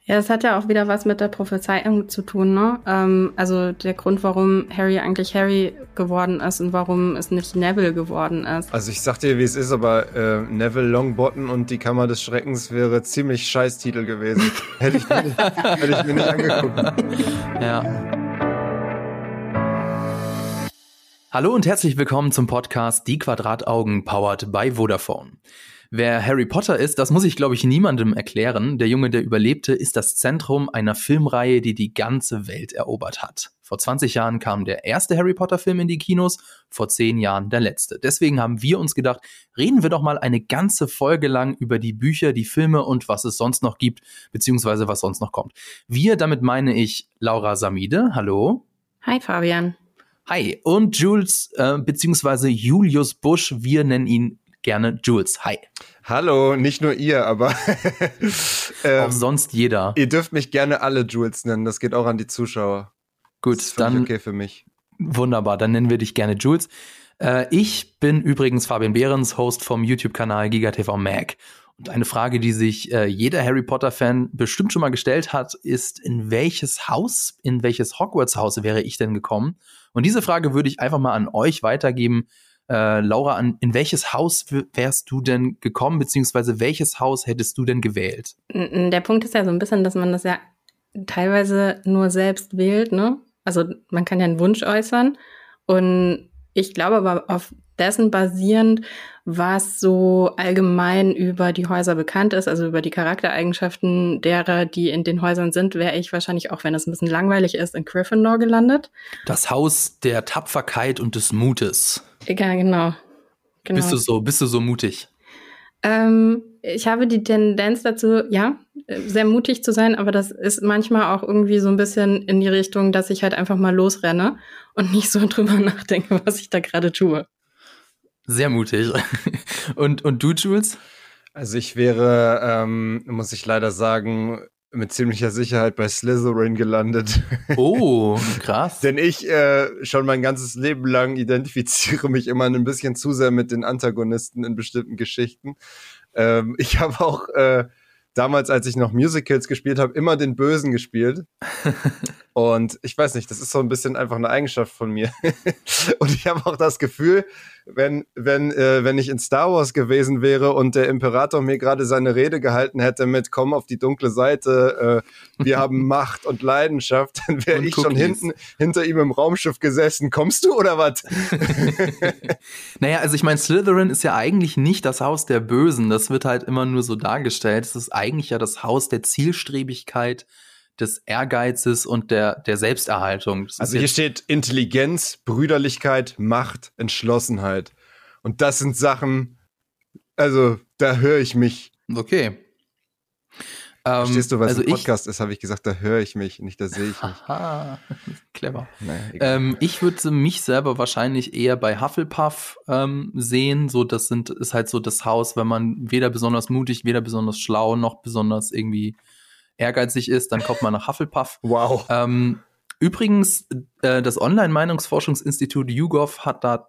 Ja, das hat ja auch wieder was mit der Prophezeiung zu tun, ne? Also der Grund, warum Harry eigentlich Harry geworden ist und warum es nicht Neville geworden ist. Also ich sag dir, wie es ist, aber Neville Longbottom und die Kammer des Schreckens wäre ziemlich scheiß Titel gewesen. Hätte ich mir nicht angeguckt. Ja. Hallo und herzlich willkommen zum Podcast Die Quadrataugen, powered by Vodafone. Wer Harry Potter ist, das muss ich, glaube ich, niemandem erklären. Der Junge, der überlebte, ist das Zentrum einer Filmreihe, die die ganze Welt erobert hat. Vor 20 Jahren kam der erste Harry Potter-Film in die Kinos, vor 10 Jahren der letzte. Deswegen haben wir uns gedacht, reden wir doch mal eine ganze Folge lang über die Bücher, die Filme und was es sonst noch gibt, beziehungsweise was sonst noch kommt. Wir, damit meine ich Laura Samide, hallo. Hi Fabian. Hi. Und Jules, beziehungsweise Julius Busch, wir nennen ihn gerne Jules. Hi. Hallo, nicht nur ihr, aber auch sonst jeder. Ihr dürft mich gerne alle Jules nennen, das geht auch an die Zuschauer. Gut, das ist dann okay für mich. Wunderbar, dann nennen wir dich gerne Jules. Ich bin übrigens Fabian Behrens, Host vom YouTube-Kanal GigaTV Mag. Und eine Frage, die sich jeder Harry Potter-Fan bestimmt schon mal gestellt hat, ist, in welches Hogwarts-Haus wäre ich denn gekommen? Und diese Frage würde ich einfach mal an euch weitergeben. Laura, in welches Haus wärst du denn gekommen, beziehungsweise welches Haus hättest du denn gewählt? Der Punkt ist ja so ein bisschen, dass man das ja teilweise nur selbst wählt, ne? Also man kann ja einen Wunsch äußern und ich glaube aber auf dessen basierend, was so allgemein über die Häuser bekannt ist, also über die Charaktereigenschaften derer, die in den Häusern sind, wäre ich wahrscheinlich, auch wenn es ein bisschen langweilig ist, in Gryffindor gelandet. Das Haus der Tapferkeit und des Mutes. Ja, genau. Bist du so mutig? Ich habe die Tendenz dazu, ja, sehr mutig zu sein, aber das ist manchmal auch irgendwie so ein bisschen in die Richtung, dass ich halt einfach mal losrenne und nicht so drüber nachdenke, was ich da gerade tue. Sehr mutig. Und du, Jules? Also ich wäre, muss ich leider sagen, mit ziemlicher Sicherheit bei Slytherin gelandet. Oh, krass. Denn ich schon mein ganzes Leben lang identifiziere mich immer ein bisschen zu sehr mit den Antagonisten in bestimmten Geschichten. Ich habe auch damals, als ich noch Musicals gespielt habe, immer den Bösen gespielt. Und ich weiß nicht, das ist so ein bisschen einfach eine Eigenschaft von mir. Und ich habe auch das Gefühl, wenn ich in Star Wars gewesen wäre und der Imperator mir gerade seine Rede gehalten hätte mit komm auf die dunkle Seite, wir haben Macht und Leidenschaft, dann wäre ich schon hinter ihm im Raumschiff gesessen. Kommst du oder was? Naja, also ich meine, Slytherin ist ja eigentlich nicht das Haus der Bösen. Das wird halt immer nur so dargestellt. Es ist eigentlich ja das Haus der Zielstrebigkeit, des Ehrgeizes und der Selbsterhaltung. Also hier steht Intelligenz, Brüderlichkeit, Macht, Entschlossenheit. Und das sind Sachen, also da höre ich mich. Okay. Verstehst du, was ein Podcast ist, habe ich gesagt, da höre ich mich, nicht da sehe ich mich. Aha, clever. Naja, ich würde mich selber wahrscheinlich eher bei Hufflepuff sehen. So, ist halt so das Haus, wenn man weder besonders mutig, weder besonders schlau, noch besonders irgendwie ehrgeizig ist, dann kommt man nach Hufflepuff. Wow. Übrigens, das Online-Meinungsforschungsinstitut YouGov hat da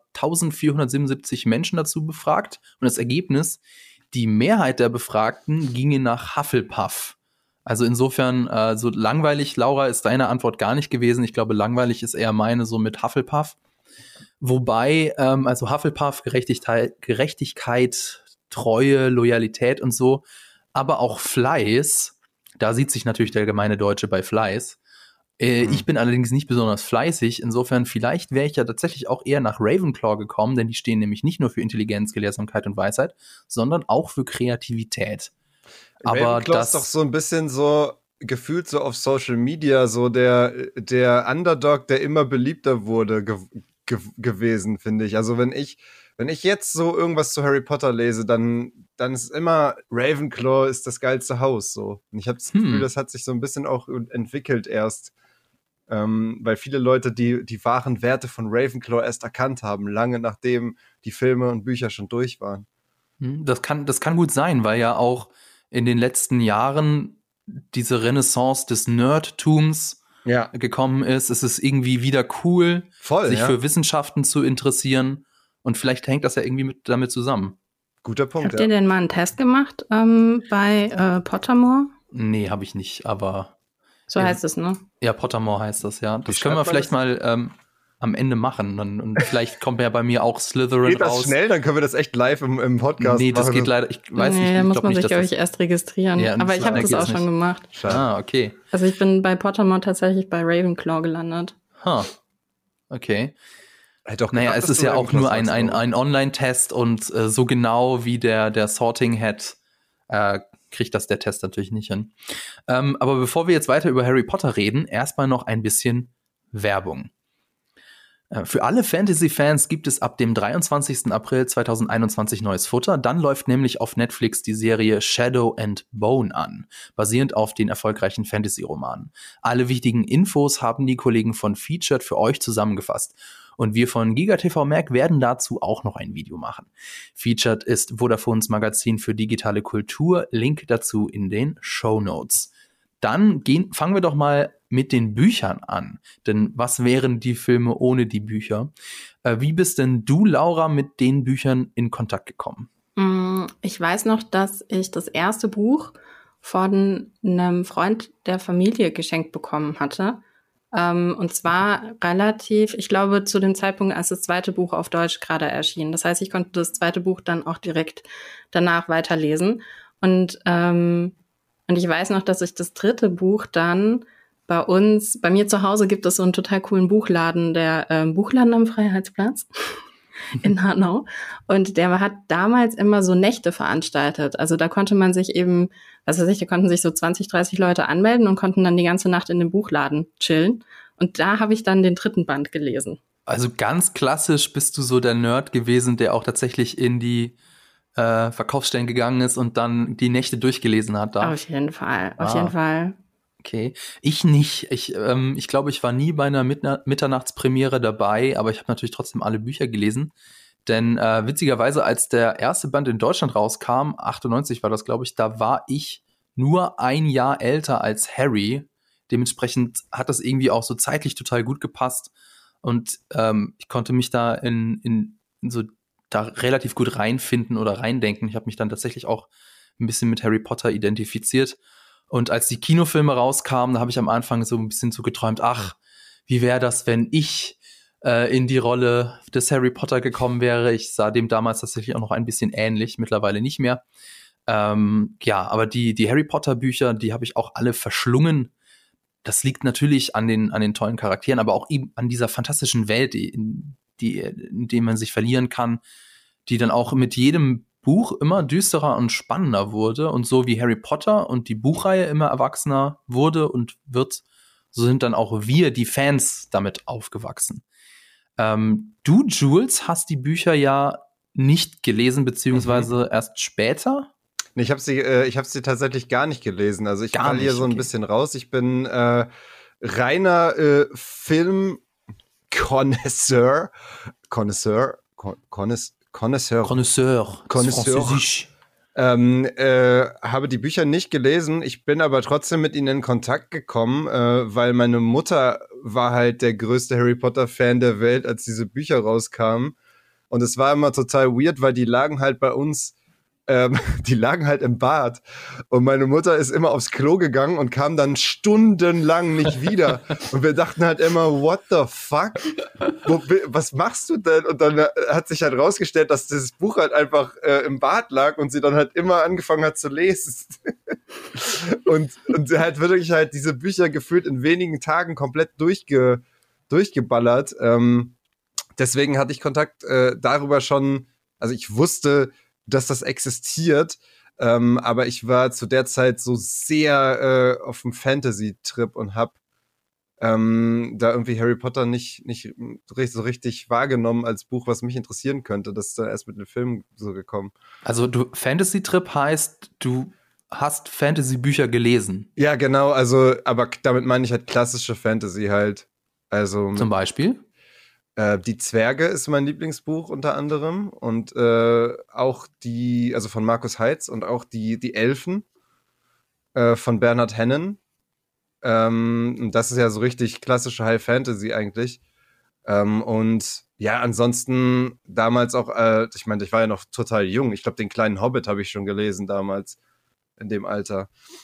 1477 Menschen dazu befragt und das Ergebnis, die Mehrheit der Befragten ginge nach Hufflepuff. Also insofern, so langweilig, Laura, ist deine Antwort gar nicht gewesen. Ich glaube, langweilig ist eher meine so mit Hufflepuff. Wobei, also Hufflepuff, Gerechtigkeit, Treue, Loyalität und so, aber auch Fleiß. Da sieht sich natürlich der gemeine Deutsche bei Fleiß. Ich bin allerdings nicht besonders fleißig. Insofern, vielleicht wäre ich ja tatsächlich auch eher nach Ravenclaw gekommen, denn die stehen nämlich nicht nur für Intelligenz, Gelehrsamkeit und Weisheit, sondern auch für Kreativität. Aber Ravenclaw ist doch so ein bisschen so gefühlt so auf Social Media so der Underdog, der immer beliebter wurde gewesen, finde ich. Also wenn ich jetzt so irgendwas zu Harry Potter lese, dann ist immer Ravenclaw ist das geilste Haus, so. Und ich habe das Gefühl, das hat sich so ein bisschen auch entwickelt erst, weil viele Leute die wahren Werte von Ravenclaw erst erkannt haben, lange nachdem die Filme und Bücher schon durch waren. Das kann gut sein, weil ja auch in den letzten Jahren diese Renaissance des Nerdtums gekommen ist. Es ist irgendwie wieder cool, sich für Wissenschaften zu interessieren. Und vielleicht hängt das ja irgendwie damit zusammen. Guter Punkt. Habt ihr denn mal einen Test gemacht bei Pottermore? Nee, habe ich nicht, aber So heißt es, ne? ja, Pottermore heißt das, ja. Das Wie können wir schreibt man vielleicht mal am Ende machen. Und vielleicht kommt ja bei mir auch Slytherin Geht das raus. schnell? Dann können wir das echt live im Podcast Nee, das machen. geht leider. Ich weiß nicht, Nee, da ich muss glaube man nicht, sich, dass glaube das. ich, erst registrieren. Ja, Aber ich habe das geht's auch schon nicht. gemacht. Schade. Ah, okay. Also ich bin bei Pottermore tatsächlich bei Ravenclaw gelandet. Okay. Hätte auch Naja, gedacht, es dass ist du ja auch nur irgendwas sagst, aber- ein Online-Test und so genau wie der Sorting-Hat kriegt das der Test natürlich nicht hin. Aber bevor wir jetzt weiter über Harry Potter reden, erstmal noch ein bisschen Werbung. Für alle Fantasy-Fans gibt es ab dem 23. April 2021 neues Futter. Dann läuft nämlich auf Netflix die Serie Shadow and Bone an, basierend auf den erfolgreichen Fantasy-Romanen. Alle wichtigen Infos haben die Kollegen von Featured für euch zusammengefasst. Und wir von GigaTV Mac werden dazu auch noch ein Video machen. Featured ist Vodafones Magazin für digitale Kultur. Link dazu in den Shownotes. Dann fangen wir doch mal mit den Büchern an. Denn was wären die Filme ohne die Bücher? Wie bist denn du, Laura, mit den Büchern in Kontakt gekommen? Ich weiß noch, dass ich das erste Buch von einem Freund der Familie geschenkt bekommen hatte. Und zwar relativ, ich glaube, zu dem Zeitpunkt, als das zweite Buch auf Deutsch gerade erschien. Das heißt, ich konnte das zweite Buch dann auch direkt danach weiterlesen. Und ich weiß noch, dass ich das dritte Buch dann bei mir zu Hause gibt es so einen total coolen Buchladen, der Buchladen am Freiheitsplatz in Hanau. Und der hat damals immer so Nächte veranstaltet. Also da konnte man sich eben, da konnten sich so 20, 30 Leute anmelden und konnten dann die ganze Nacht in dem Buchladen chillen. Und da habe ich dann den dritten Band gelesen. Also ganz klassisch bist du so der Nerd gewesen, der auch tatsächlich in die Verkaufsstellen gegangen ist und dann die Nächte durchgelesen hat da. Auf jeden Fall, auf jeden Fall. Okay, ich nicht. Ich glaube, ich war nie bei einer Mitternachtspremiere dabei, aber ich habe natürlich trotzdem alle Bücher gelesen. Denn witzigerweise, als der erste Band in Deutschland rauskam, 98 war das, glaube ich, da war ich nur ein Jahr älter als Harry. Dementsprechend hat das irgendwie auch so zeitlich total gut gepasst. Und ich konnte mich da in so da relativ gut reinfinden oder reindenken. Ich habe mich dann tatsächlich auch ein bisschen mit Harry Potter identifiziert. Und als die Kinofilme rauskamen, da habe ich am Anfang so ein bisschen so geträumt, ach, wie wäre das, wenn ich in die Rolle des Harry Potter gekommen wäre. Ich sah dem damals tatsächlich auch noch ein bisschen ähnlich, mittlerweile nicht mehr. Aber die Harry Potter Bücher, die habe ich auch alle verschlungen. Das liegt natürlich an den tollen Charakteren, aber auch eben an dieser fantastischen Welt, in der man sich verlieren kann, die dann auch mit jedem Buch immer düsterer und spannender wurde. Und so wie Harry Potter und die Buchreihe immer erwachsener wurde und wird, so sind dann auch wir, die Fans, damit aufgewachsen. Du, Jules, hast die Bücher ja nicht gelesen, beziehungsweise erst später? Nee, ich habe sie tatsächlich gar nicht gelesen. Also ich falle hier so ein bisschen raus. Ich bin reiner Film-Connoisseur. Connoisseur. Habe die Bücher nicht gelesen. Ich bin aber trotzdem mit ihnen in Kontakt gekommen, weil meine Mutter war halt der größte Harry Potter-Fan der Welt, als diese Bücher rauskamen. Und es war immer total weird, weil die lagen halt bei uns die lagen halt im Bad und meine Mutter ist immer aufs Klo gegangen und kam dann stundenlang nicht wieder und wir dachten halt immer, what the fuck? Was machst du denn? Und dann hat sich halt rausgestellt, dass dieses Buch halt einfach im Bad lag und sie dann halt immer angefangen hat zu lesen. und sie halt wirklich halt diese Bücher gefühlt in wenigen Tagen komplett durchgeballert. Deswegen hatte ich Kontakt darüber schon, also ich wusste, dass das existiert, aber ich war zu der Zeit so sehr auf dem Fantasy-Trip und hab da irgendwie Harry Potter nicht so richtig wahrgenommen als Buch, was mich interessieren könnte. Das ist dann erst mit dem Film so gekommen. Also Fantasy-Trip heißt, du hast Fantasy-Bücher gelesen? Ja, genau, also, aber damit meine ich halt klassische Fantasy halt. Also zum Beispiel? Die Zwerge ist mein Lieblingsbuch unter anderem und auch also von Markus Heitz und auch die Elfen von Bernhard Hennen. Und das ist ja so richtig klassische High Fantasy eigentlich. Und ja, ansonsten damals auch, ich meine, ich war ja noch total jung. Ich glaube, den kleinen Hobbit habe ich schon gelesen damals in dem Alter.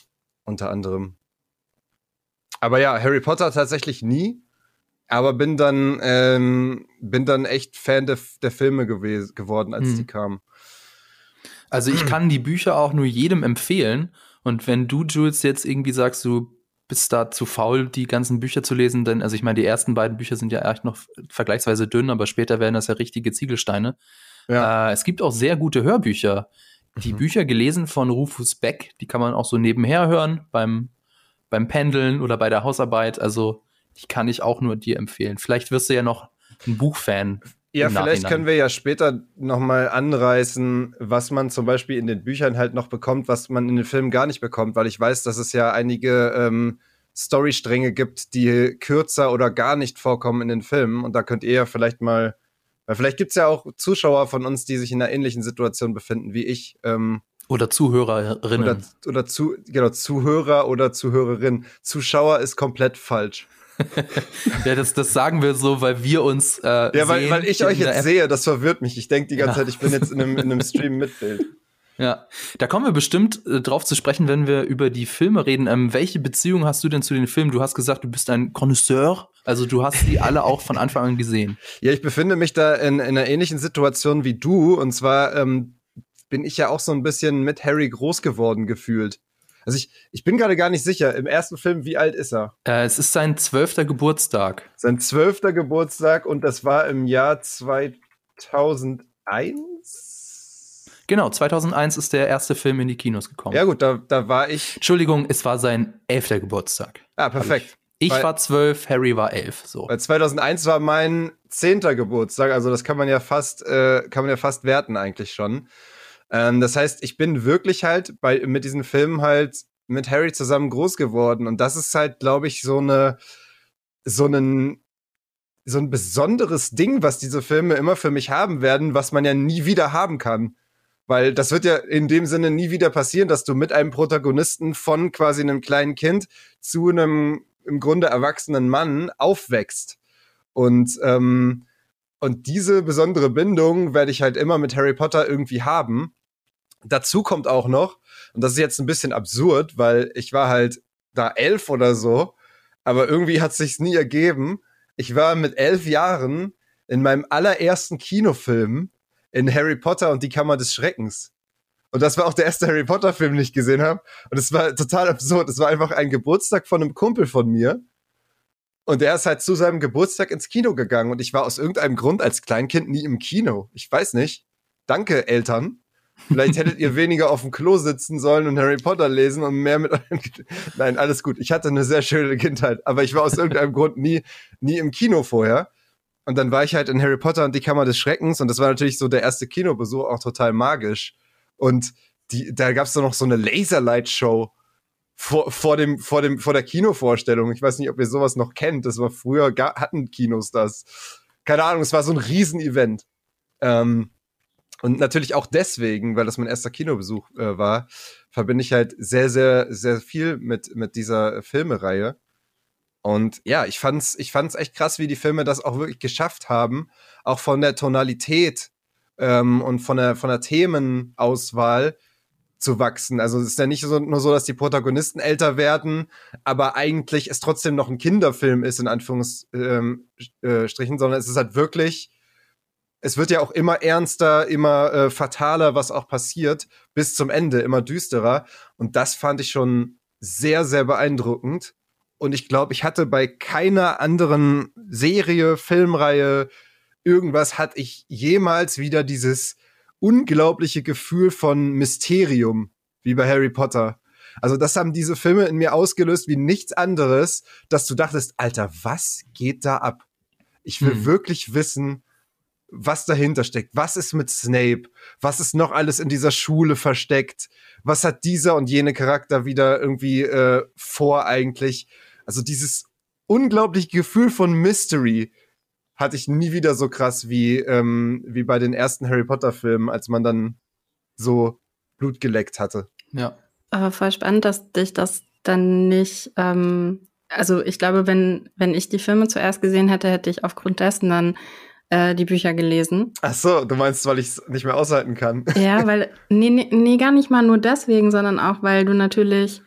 unter anderem. Aber ja, Harry Potter tatsächlich nie. Aber bin dann echt Fan der Filme geworden, als die kamen. Also ich kann die Bücher auch nur jedem empfehlen. Und wenn du, Jules, jetzt irgendwie sagst, du bist da zu faul, die ganzen Bücher zu lesen, denn, also ich meine, die ersten beiden Bücher sind ja echt noch vergleichsweise dünn, aber später werden das ja richtige Ziegelsteine. Ja. Es gibt auch sehr gute Hörbücher. Die Bücher gelesen von Rufus Beck, die kann man auch so nebenher hören, beim Pendeln oder bei der Hausarbeit. Also die kann ich auch nur dir empfehlen. Vielleicht wirst du ja noch ein Buchfan. Ja, vielleicht können wir ja später noch mal anreißen, was man zum Beispiel in den Büchern halt noch bekommt, was man in den Filmen gar nicht bekommt, weil ich weiß, dass es ja einige Storystränge gibt, die kürzer oder gar nicht vorkommen in den Filmen. Und da könnt ihr ja vielleicht mal, weil vielleicht gibt's ja auch Zuschauer von uns, die sich in einer ähnlichen Situation befinden wie ich. Oder Zuhörerinnen. Oder Zuhörer oder Zuhörerin. Zuschauer ist komplett falsch. Ja, das sagen wir so, weil wir uns ja, weil ich euch jetzt sehe, das verwirrt mich. Ich denke die ganze Zeit, ich bin jetzt in einem Stream mit Bild. Ja, da kommen wir bestimmt drauf zu sprechen, wenn wir über die Filme reden. Welche Beziehung hast du denn zu den Filmen? Du hast gesagt, du bist ein Connoisseur, also du hast die alle auch von Anfang an gesehen. Ja, ich befinde mich da in einer ähnlichen Situation wie du, und zwar bin ich ja auch so ein bisschen mit Harry groß geworden gefühlt. Also ich bin gerade gar nicht sicher, im ersten Film, wie alt ist er? Es ist sein 12. Geburtstag. Sein 12. Geburtstag, und das war im Jahr 2001? Genau, 2001 ist der erste Film in die Kinos gekommen. Ja gut, da war ich... Entschuldigung, es war sein 11. Geburtstag. Ah, perfekt. Ich war 12, Harry war 11. So. Weil 2001 war mein 10. Geburtstag, also das kann man ja fast werten eigentlich schon. Das heißt, ich bin wirklich halt mit diesen Filmen halt mit Harry zusammen groß geworden. Und das ist halt, glaube ich, so ein besonderes Ding, was diese Filme immer für mich haben werden, was man ja nie wieder haben kann. Weil das wird ja in dem Sinne nie wieder passieren, dass du mit einem Protagonisten von quasi einem kleinen Kind zu einem im Grunde erwachsenen Mann aufwächst. Und diese besondere Bindung werde ich halt immer mit Harry Potter irgendwie haben. Dazu kommt auch noch, und das ist jetzt ein bisschen absurd, weil ich war halt da 11 oder so, aber irgendwie hat es sich nie ergeben. Ich war mit 11 Jahren in meinem allerersten Kinofilm in Harry Potter und die Kammer des Schreckens. Und das war auch der erste Harry Potter Film, den ich gesehen habe. Und es war total absurd. Es war einfach ein Geburtstag von einem Kumpel von mir. Und der ist halt zu seinem Geburtstag ins Kino gegangen. Und ich war aus irgendeinem Grund als Kleinkind nie im Kino. Ich weiß nicht. Danke, Eltern. Vielleicht hättet ihr weniger auf dem Klo sitzen sollen und Harry Potter lesen und mehr mit euren... Nein, alles gut. Ich hatte eine sehr schöne Kindheit. Aber ich war aus irgendeinem Grund nie im Kino vorher. Und dann war ich halt in Harry Potter und die Kammer des Schreckens. Und das war natürlich so der erste Kinobesuch, auch total magisch. Und da gab's doch noch so eine Laserlight-Show vor der Kinovorstellung. Ich weiß nicht, ob ihr sowas noch kennt. Das war früher, hatten Kinos das. Keine Ahnung, es war so ein Riesenevent. Und natürlich auch deswegen, weil das mein erster Kinobesuch war, verbinde ich halt sehr, sehr, sehr viel mit dieser Filmereihe. Und ja, ich fand's echt krass, wie die Filme das auch wirklich geschafft haben, auch von der Tonalität und von der Themenauswahl zu wachsen. Also es ist ja nicht nur so, dass die Protagonisten älter werden, aber eigentlich es trotzdem noch ein Kinderfilm ist, in Anführungsstrichen, sondern es ist halt wirklich, es wird ja auch immer ernster, immer fataler, was auch passiert, bis zum Ende, immer düsterer. Und das fand ich schon sehr, sehr beeindruckend. Und ich glaube, ich hatte bei keiner anderen Serie, Filmreihe, irgendwas hatte ich jemals wieder dieses unglaubliche Gefühl von Mysterium, wie bei Harry Potter. Also das haben diese Filme in mir ausgelöst wie nichts anderes, dass du dachtest, Alter, was geht da ab? Ich will wirklich wissen, was dahinter steckt. Was ist mit Snape? Was ist noch alles in dieser Schule versteckt? Was hat dieser und jene Charakter wieder irgendwie vor eigentlich? Also dieses unglaubliche Gefühl von Mystery hatte ich nie wieder so krass wie bei den ersten Harry Potter Filmen, als man dann so Blut geleckt hatte. Ja. Aber voll spannend, dass dich das dann nicht, also ich glaube, wenn ich die Filme zuerst gesehen hätte, hätte ich aufgrund dessen dann die Bücher gelesen. Ach so, du meinst, weil ich es nicht mehr aushalten kann? Ja, weil, nee, gar nicht mal nur deswegen, sondern auch, weil du natürlich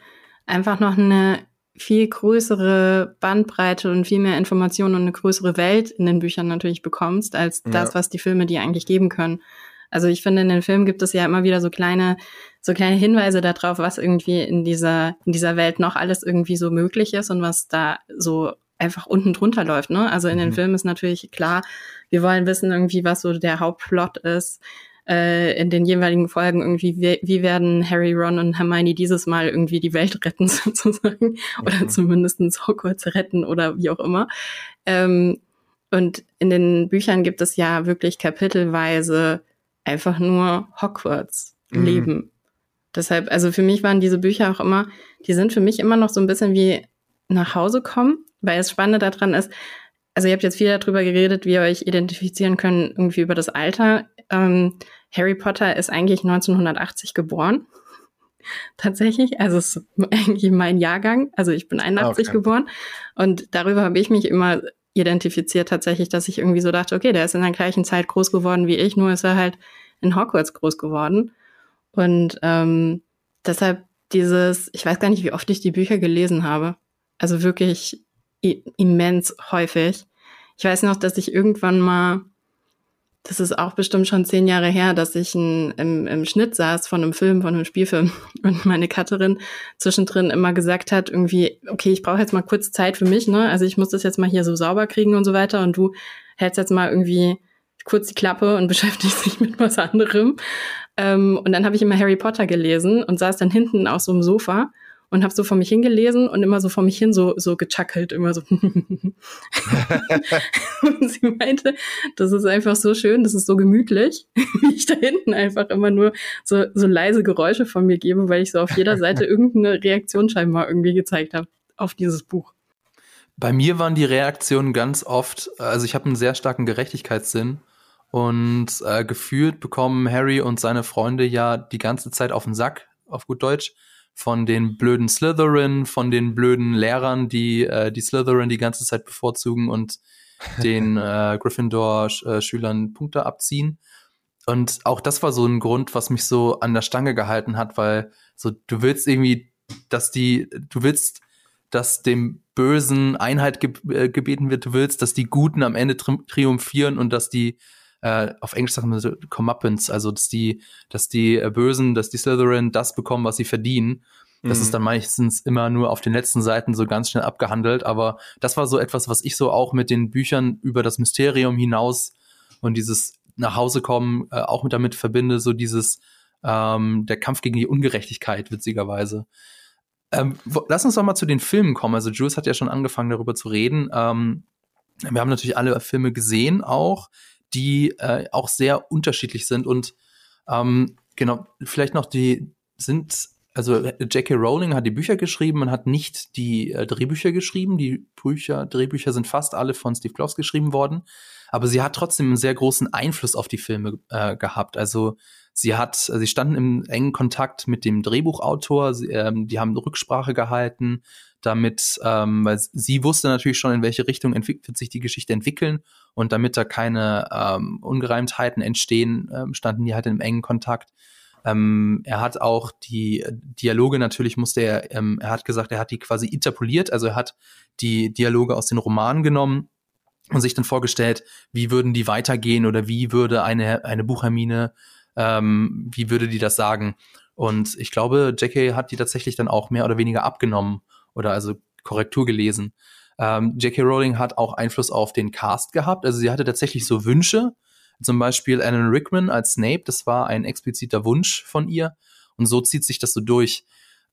einfach noch eine viel größere Bandbreite und viel mehr Informationen und eine größere Welt in den Büchern natürlich bekommst, als das, was die Filme dir eigentlich geben können. Also ich finde, in den Filmen gibt es ja immer wieder so kleine Hinweise darauf, was irgendwie in dieser Welt noch alles irgendwie so möglich ist und was da so einfach unten drunter läuft, ne? Also in den Filmen ist natürlich klar, wir wollen wissen irgendwie, was so der Hauptplot ist, in den jeweiligen Folgen irgendwie, wie werden Harry, Ron und Hermione dieses Mal irgendwie die Welt retten sozusagen oder zumindest Hogwarts retten oder wie auch immer. Und in den Büchern gibt es ja wirklich kapitelweise einfach nur Hogwarts leben. Deshalb, also für mich waren diese Bücher auch immer, die sind für mich immer noch so ein bisschen wie nach Hause kommen, weil das Spannende daran ist, also ihr habt jetzt viel darüber geredet, wie ihr euch identifizieren könnt, irgendwie über das Alter. Harry Potter ist eigentlich 1980 geboren. Tatsächlich. Also es ist eigentlich mein Jahrgang. Also ich bin 81 geboren. Und darüber habe ich mich immer identifiziert tatsächlich, dass ich irgendwie so dachte, okay, der ist in der gleichen Zeit groß geworden wie ich, nur ist er halt in Hogwarts groß geworden. Und deshalb ich weiß gar nicht, wie oft ich die Bücher gelesen habe. Also wirklich immens häufig. Ich weiß noch, dass ich irgendwann mal, das ist auch bestimmt schon 10 Jahre her, dass ich im Schnitt saß von einem Spielfilm und meine Cutterin zwischendrin immer gesagt hat, irgendwie, okay, ich brauche jetzt mal kurz Zeit für mich, ne? Also ich muss das jetzt mal hier so sauber kriegen und so weiter und du hältst jetzt mal irgendwie kurz die Klappe und beschäftigst dich mit was anderem. Und dann habe ich immer Harry Potter gelesen und saß dann hinten auf so einem Sofa und habe so vor mich hingelesen und immer so vor mich hin so gechuckelt, immer so. Und sie meinte, das ist einfach so schön, das ist so gemütlich, wie ich da hinten einfach immer nur so leise Geräusche von mir gebe, weil ich so auf jeder Seite irgendeine Reaktion scheinbar irgendwie gezeigt habe auf dieses Buch. Bei mir waren die Reaktionen ganz oft, also ich habe einen sehr starken Gerechtigkeitssinn und gefühlt bekommen Harry und seine Freunde ja die ganze Zeit auf den Sack, auf gut Deutsch, von den blöden Slytherin, von den blöden Lehrern, die Slytherin die ganze Zeit bevorzugen und den Gryffindor-Schülern Punkte abziehen. Und auch das war so ein Grund, was mich so an der Stange gehalten hat, weil so du willst irgendwie, dass dem Bösen Einheit gebeten wird, du willst, dass die Guten am Ende triumphieren und dass die auf Englisch sagen wir so Comeuppance, also dass die Bösen, dass die Slytherin das bekommen, was sie verdienen. Das ist dann meistens immer nur auf den letzten Seiten so ganz schnell abgehandelt, aber das war so etwas, was ich so auch mit den Büchern über das Mysterium hinaus und dieses nach Hause kommen auch mit damit verbinde, so dieses der Kampf gegen die Ungerechtigkeit, witzigerweise. Lass uns doch mal zu den Filmen kommen. Also Jules hat ja schon angefangen, darüber zu reden. Wir haben natürlich alle Filme gesehen auch, die auch sehr unterschiedlich sind und genau, vielleicht noch also J.K. Rowling hat die Bücher geschrieben und hat nicht die Drehbücher geschrieben. Die Drehbücher sind fast alle von Steve Kloves geschrieben worden, aber sie hat trotzdem einen sehr großen Einfluss auf die Filme gehabt. Also sie standen im engen Kontakt mit dem Drehbuchautor, die haben Rücksprache gehalten, damit, weil sie wusste natürlich schon, in welche Richtung wird sich die Geschichte entwickeln und damit da keine Ungereimtheiten entstehen, standen die halt im engen Kontakt. Er hat auch die Dialoge natürlich er hat gesagt, er hat die quasi interpoliert, also er hat die Dialoge aus den Romanen genommen und sich dann vorgestellt, wie würden die weitergehen oder wie würde eine Buchhermine, wie würde die das sagen? Und ich glaube, J.K. hat die tatsächlich dann auch mehr oder weniger abgenommen oder also Korrektur gelesen. J.K. Rowling hat auch Einfluss auf den Cast gehabt, also sie hatte tatsächlich so Wünsche, zum Beispiel Alan Rickman als Snape, das war ein expliziter Wunsch von ihr und so zieht sich das so durch.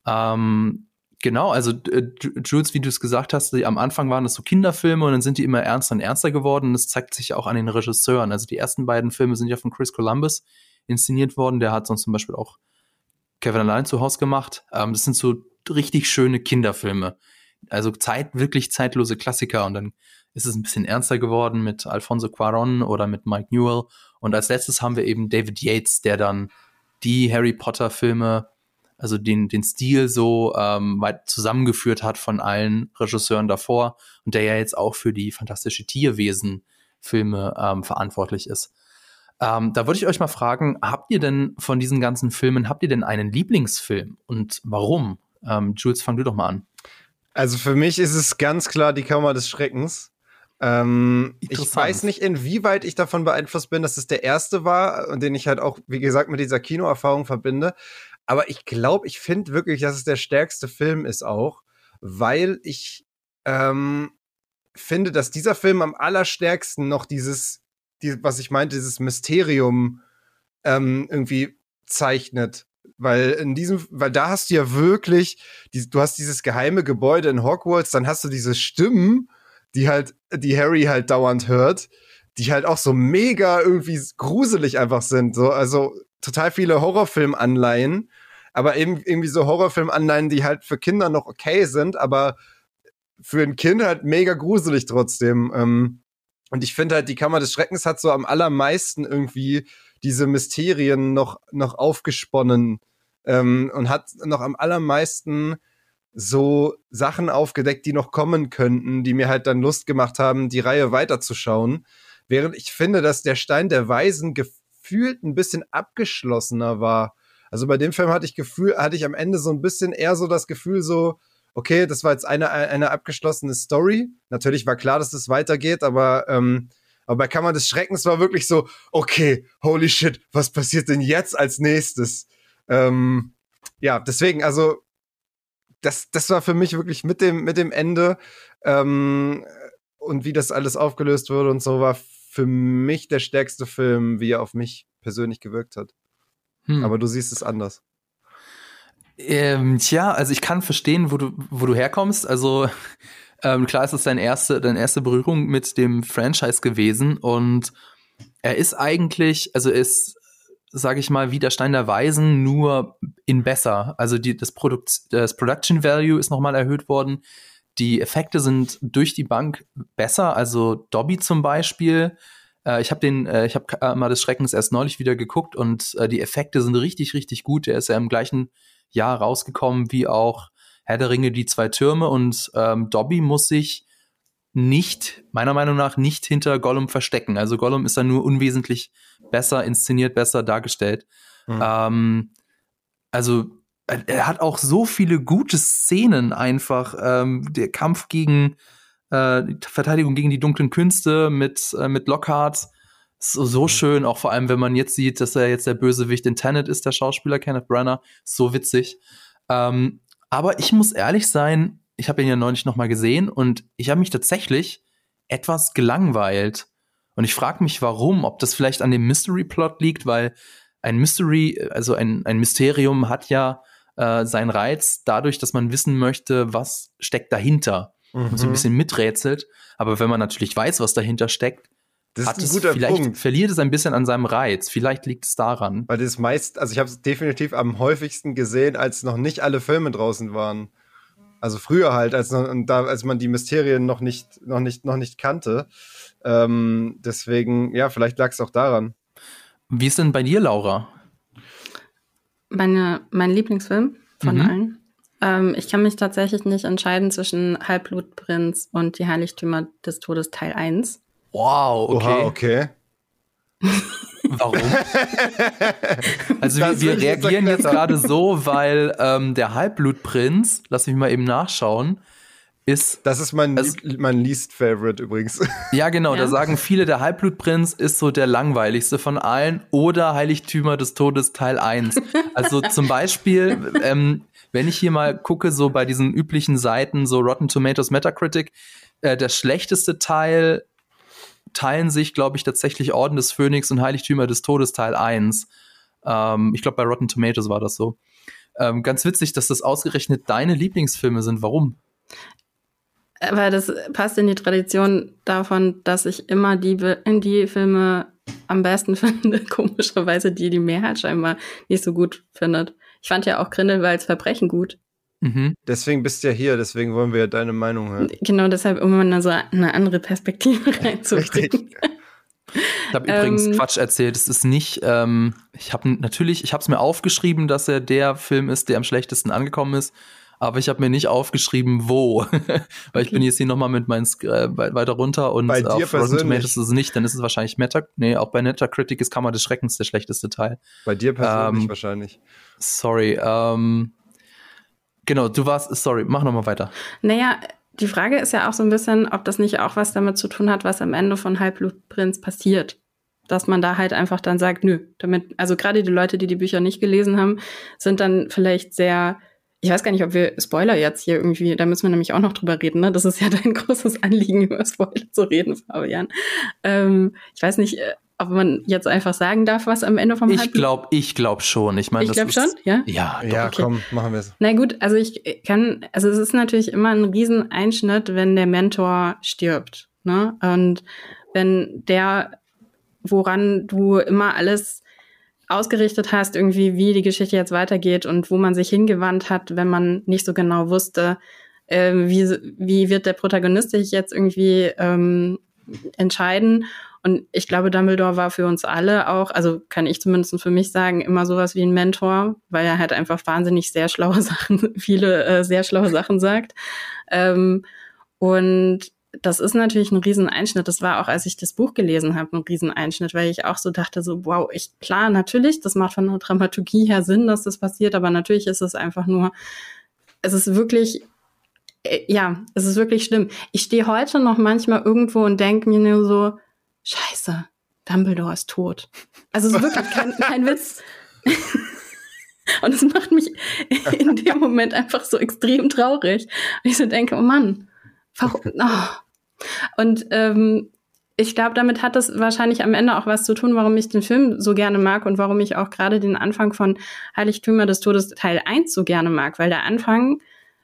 Genau, also Jules, wie du es gesagt hast, am Anfang waren das so Kinderfilme und dann sind die immer ernster und ernster geworden und das zeigt sich auch an den Regisseuren. Also die ersten beiden Filme sind ja von Chris Columbus inszeniert worden, der hat sonst zum Beispiel auch Kevin allein zu Hause gemacht. Das sind so richtig schöne Kinderfilme, also wirklich zeitlose Klassiker und dann ist es ein bisschen ernster geworden mit Alfonso Cuarón oder mit Mike Newell. Und als letztes haben wir eben David Yates, der dann die Harry Potter-Filme, also den Stil so weit zusammengeführt hat von allen Regisseuren davor und der ja jetzt auch für die Fantastische Tierwesen-Filme verantwortlich ist. Da würde ich euch mal fragen, habt ihr denn von diesen ganzen Filmen, habt ihr denn einen Lieblingsfilm und warum? Jules, fang du doch mal an. Also für mich ist es ganz klar die Kammer des Schreckens. Ich weiß nicht, inwieweit ich davon beeinflusst bin, dass es der erste war und den ich halt auch, wie gesagt, mit dieser Kinoerfahrung verbinde. Aber ich glaube, ich finde wirklich, dass es der stärkste Film ist auch, weil ich finde, dass dieser Film am allerstärksten noch was ich meinte, dieses Mysterium irgendwie zeichnet. Weil da hast du ja wirklich, du hast dieses geheime Gebäude in Hogwarts, dann hast du diese Stimmen, die Harry halt dauernd hört, die halt auch so mega irgendwie gruselig einfach sind. So, also total viele Horrorfilm-Anleihen, aber eben irgendwie so Horrorfilm-Anleihen, die halt für Kinder noch okay sind, aber für ein Kind halt mega gruselig trotzdem. Und ich finde halt, die Kammer des Schreckens hat so am allermeisten irgendwie diese Mysterien noch aufgesponnen und hat noch am allermeisten so Sachen aufgedeckt, die noch kommen könnten, die mir halt dann Lust gemacht haben, die Reihe weiterzuschauen. Während ich finde, dass der Stein der Weisen gefühlt ein bisschen abgeschlossener war. Also bei dem Film hatte ich am Ende so ein bisschen eher so das Gefühl so, okay, das war jetzt eine abgeschlossene Story. Natürlich war klar, dass es weitergeht, aber bei Kammer des Schreckens war wirklich so, okay, holy shit, was passiert denn jetzt als nächstes? Ja, deswegen, also das war für mich wirklich mit dem Ende und wie das alles aufgelöst wurde und so, war für mich der stärkste Film, wie er auf mich persönlich gewirkt hat. Aber du siehst es anders. Tja, also ich kann verstehen, wo du herkommst. Also klar ist es deine erste Berührung mit dem Franchise gewesen und er ist eigentlich, sage ich mal, wie der Stein der Weisen, nur in besser. Also das Production Value ist nochmal erhöht worden. Die Effekte sind durch die Bank besser. Also Dobby zum Beispiel. Ich habe Kammer des Schreckens erst neulich wieder geguckt und die Effekte sind richtig, richtig gut. Der ist ja im gleichen Jahr rausgekommen wie auch Herr der Ringe, die zwei Türme und Dobby muss sich meiner Meinung nach nicht hinter Gollum verstecken. Also Gollum ist dann nur unwesentlich besser inszeniert, besser dargestellt. Mhm. Also er hat auch so viele gute Szenen einfach. Der Kampf gegen die Verteidigung gegen die dunklen Künste mit Lockhart so schön, auch vor allem, wenn man jetzt sieht, dass er jetzt der Bösewicht in Tenet ist, der Schauspieler Kenneth Branagh, so witzig. Aber ich muss ehrlich sein, ich habe ihn ja neulich noch mal gesehen und ich habe mich tatsächlich etwas gelangweilt. Und ich frage mich, warum, ob das vielleicht an dem Mystery-Plot liegt, weil ein Mysterium hat ja seinen Reiz dadurch, dass man wissen möchte, was steckt dahinter. Und so ein bisschen miträtselt. Aber wenn man natürlich weiß, was dahinter steckt, verliert es ein bisschen an seinem Reiz. Vielleicht liegt es daran. Weil das also ich habe es definitiv am häufigsten gesehen, als noch nicht alle Filme draußen waren. Also früher halt, als man die Mysterien noch nicht kannte. Deswegen, ja, vielleicht lag es auch daran. Wie ist denn bei dir, Laura? Mein Lieblingsfilm von allen. Ich kann mich tatsächlich nicht entscheiden zwischen Halbblutprinz und die Heiligtümer des Todes Teil 1. Wow, okay. Oha, okay. Warum? Also wir reagieren jetzt gerade so, weil der Halbblutprinz, lass mich mal eben nachschauen, ist... Das ist mein least favorite übrigens. Ja, genau, ja. Da sagen viele, der Halbblutprinz ist so der langweiligste von allen oder Heiligtümer des Todes Teil 1. Also zum Beispiel... wenn ich hier mal gucke, so bei diesen üblichen Seiten, so Rotten Tomatoes, Metacritic, der schlechteste Teil teilen sich, glaube ich, tatsächlich Orden des Phönix und Heiligtümer des Todes Teil 1. Ich glaube, bei Rotten Tomatoes war das so. Ganz witzig, dass das ausgerechnet deine Lieblingsfilme sind. Warum? Aber das passt in die Tradition davon, dass ich immer die Filme am besten finde, komischerweise die Mehrheit scheinbar nicht so gut findet. Ich fand ja auch Grindelwalds Verbrechen gut. Mhm. Deswegen bist du ja hier, deswegen wollen wir ja deine Meinung hören. Genau, deshalb, um mal so eine andere Perspektive reinzubringen. Ich habe übrigens Quatsch erzählt. Es ist nicht, ich habe es mir aufgeschrieben, dass er der Film ist, der am schlechtesten angekommen ist. Aber ich habe mir nicht aufgeschrieben, wo. Weil ich bin jetzt hier nochmal mit meinen weiter runter und bei auf Rotten Tomatoes ist es nicht, dann ist es wahrscheinlich auch bei Metacritic ist Kammer des Schreckens der schlechteste Teil. Bei dir persönlich wahrscheinlich. Sorry. Genau, sorry, mach nochmal weiter. Naja, die Frage ist ja auch so ein bisschen, ob das nicht auch was damit zu tun hat, was am Ende von Halbblutprinz passiert. Dass man da halt einfach dann sagt, nö, also gerade die Leute, die die Bücher nicht gelesen haben, sind dann vielleicht sehr, ich weiß gar nicht, ob wir Spoiler jetzt hier irgendwie, da müssen wir nämlich auch noch drüber reden, ne? Das ist ja dein großes Anliegen, über Spoiler zu reden, Fabian. Ich weiß nicht, ob man jetzt einfach sagen darf, was am Ende vom Halbblutprinz... Ich glaube schon. Ich glaube schon, ja? Ja, okay. Komm, machen wir es. Na gut, also es ist natürlich immer ein Rieseneinschnitt, wenn der Mentor stirbt, ne? Und wenn woran du immer alles ausgerichtet hast, irgendwie, wie die Geschichte jetzt weitergeht und wo man sich hingewandt hat, wenn man nicht so genau wusste, wie wird der Protagonist sich jetzt irgendwie entscheiden. Und ich glaube, Dumbledore war für uns alle auch, also kann ich zumindest für mich sagen, immer sowas wie ein Mentor, weil er halt einfach wahnsinnig sehr schlaue Sachen sagt. Und das ist natürlich ein Rieseneinschnitt. Das war auch, als ich das Buch gelesen habe, ein Rieseneinschnitt, weil ich auch so dachte, so wow, klar, natürlich, das macht von der Dramaturgie her Sinn, dass das passiert, aber natürlich ist es einfach nur, es ist wirklich schlimm. Ich stehe heute noch manchmal irgendwo und denke mir nur so, Scheiße, Dumbledore ist tot. Also es ist wirklich kein Witz. Und es macht mich in dem Moment einfach so extrem traurig. Und ich so denke, oh Mann, warum? Oh. Und ich glaube, damit hat das wahrscheinlich am Ende auch was zu tun, warum ich den Film so gerne mag und warum ich auch gerade den Anfang von Heiligtümer des Todes Teil 1 so gerne mag. Weil der Anfang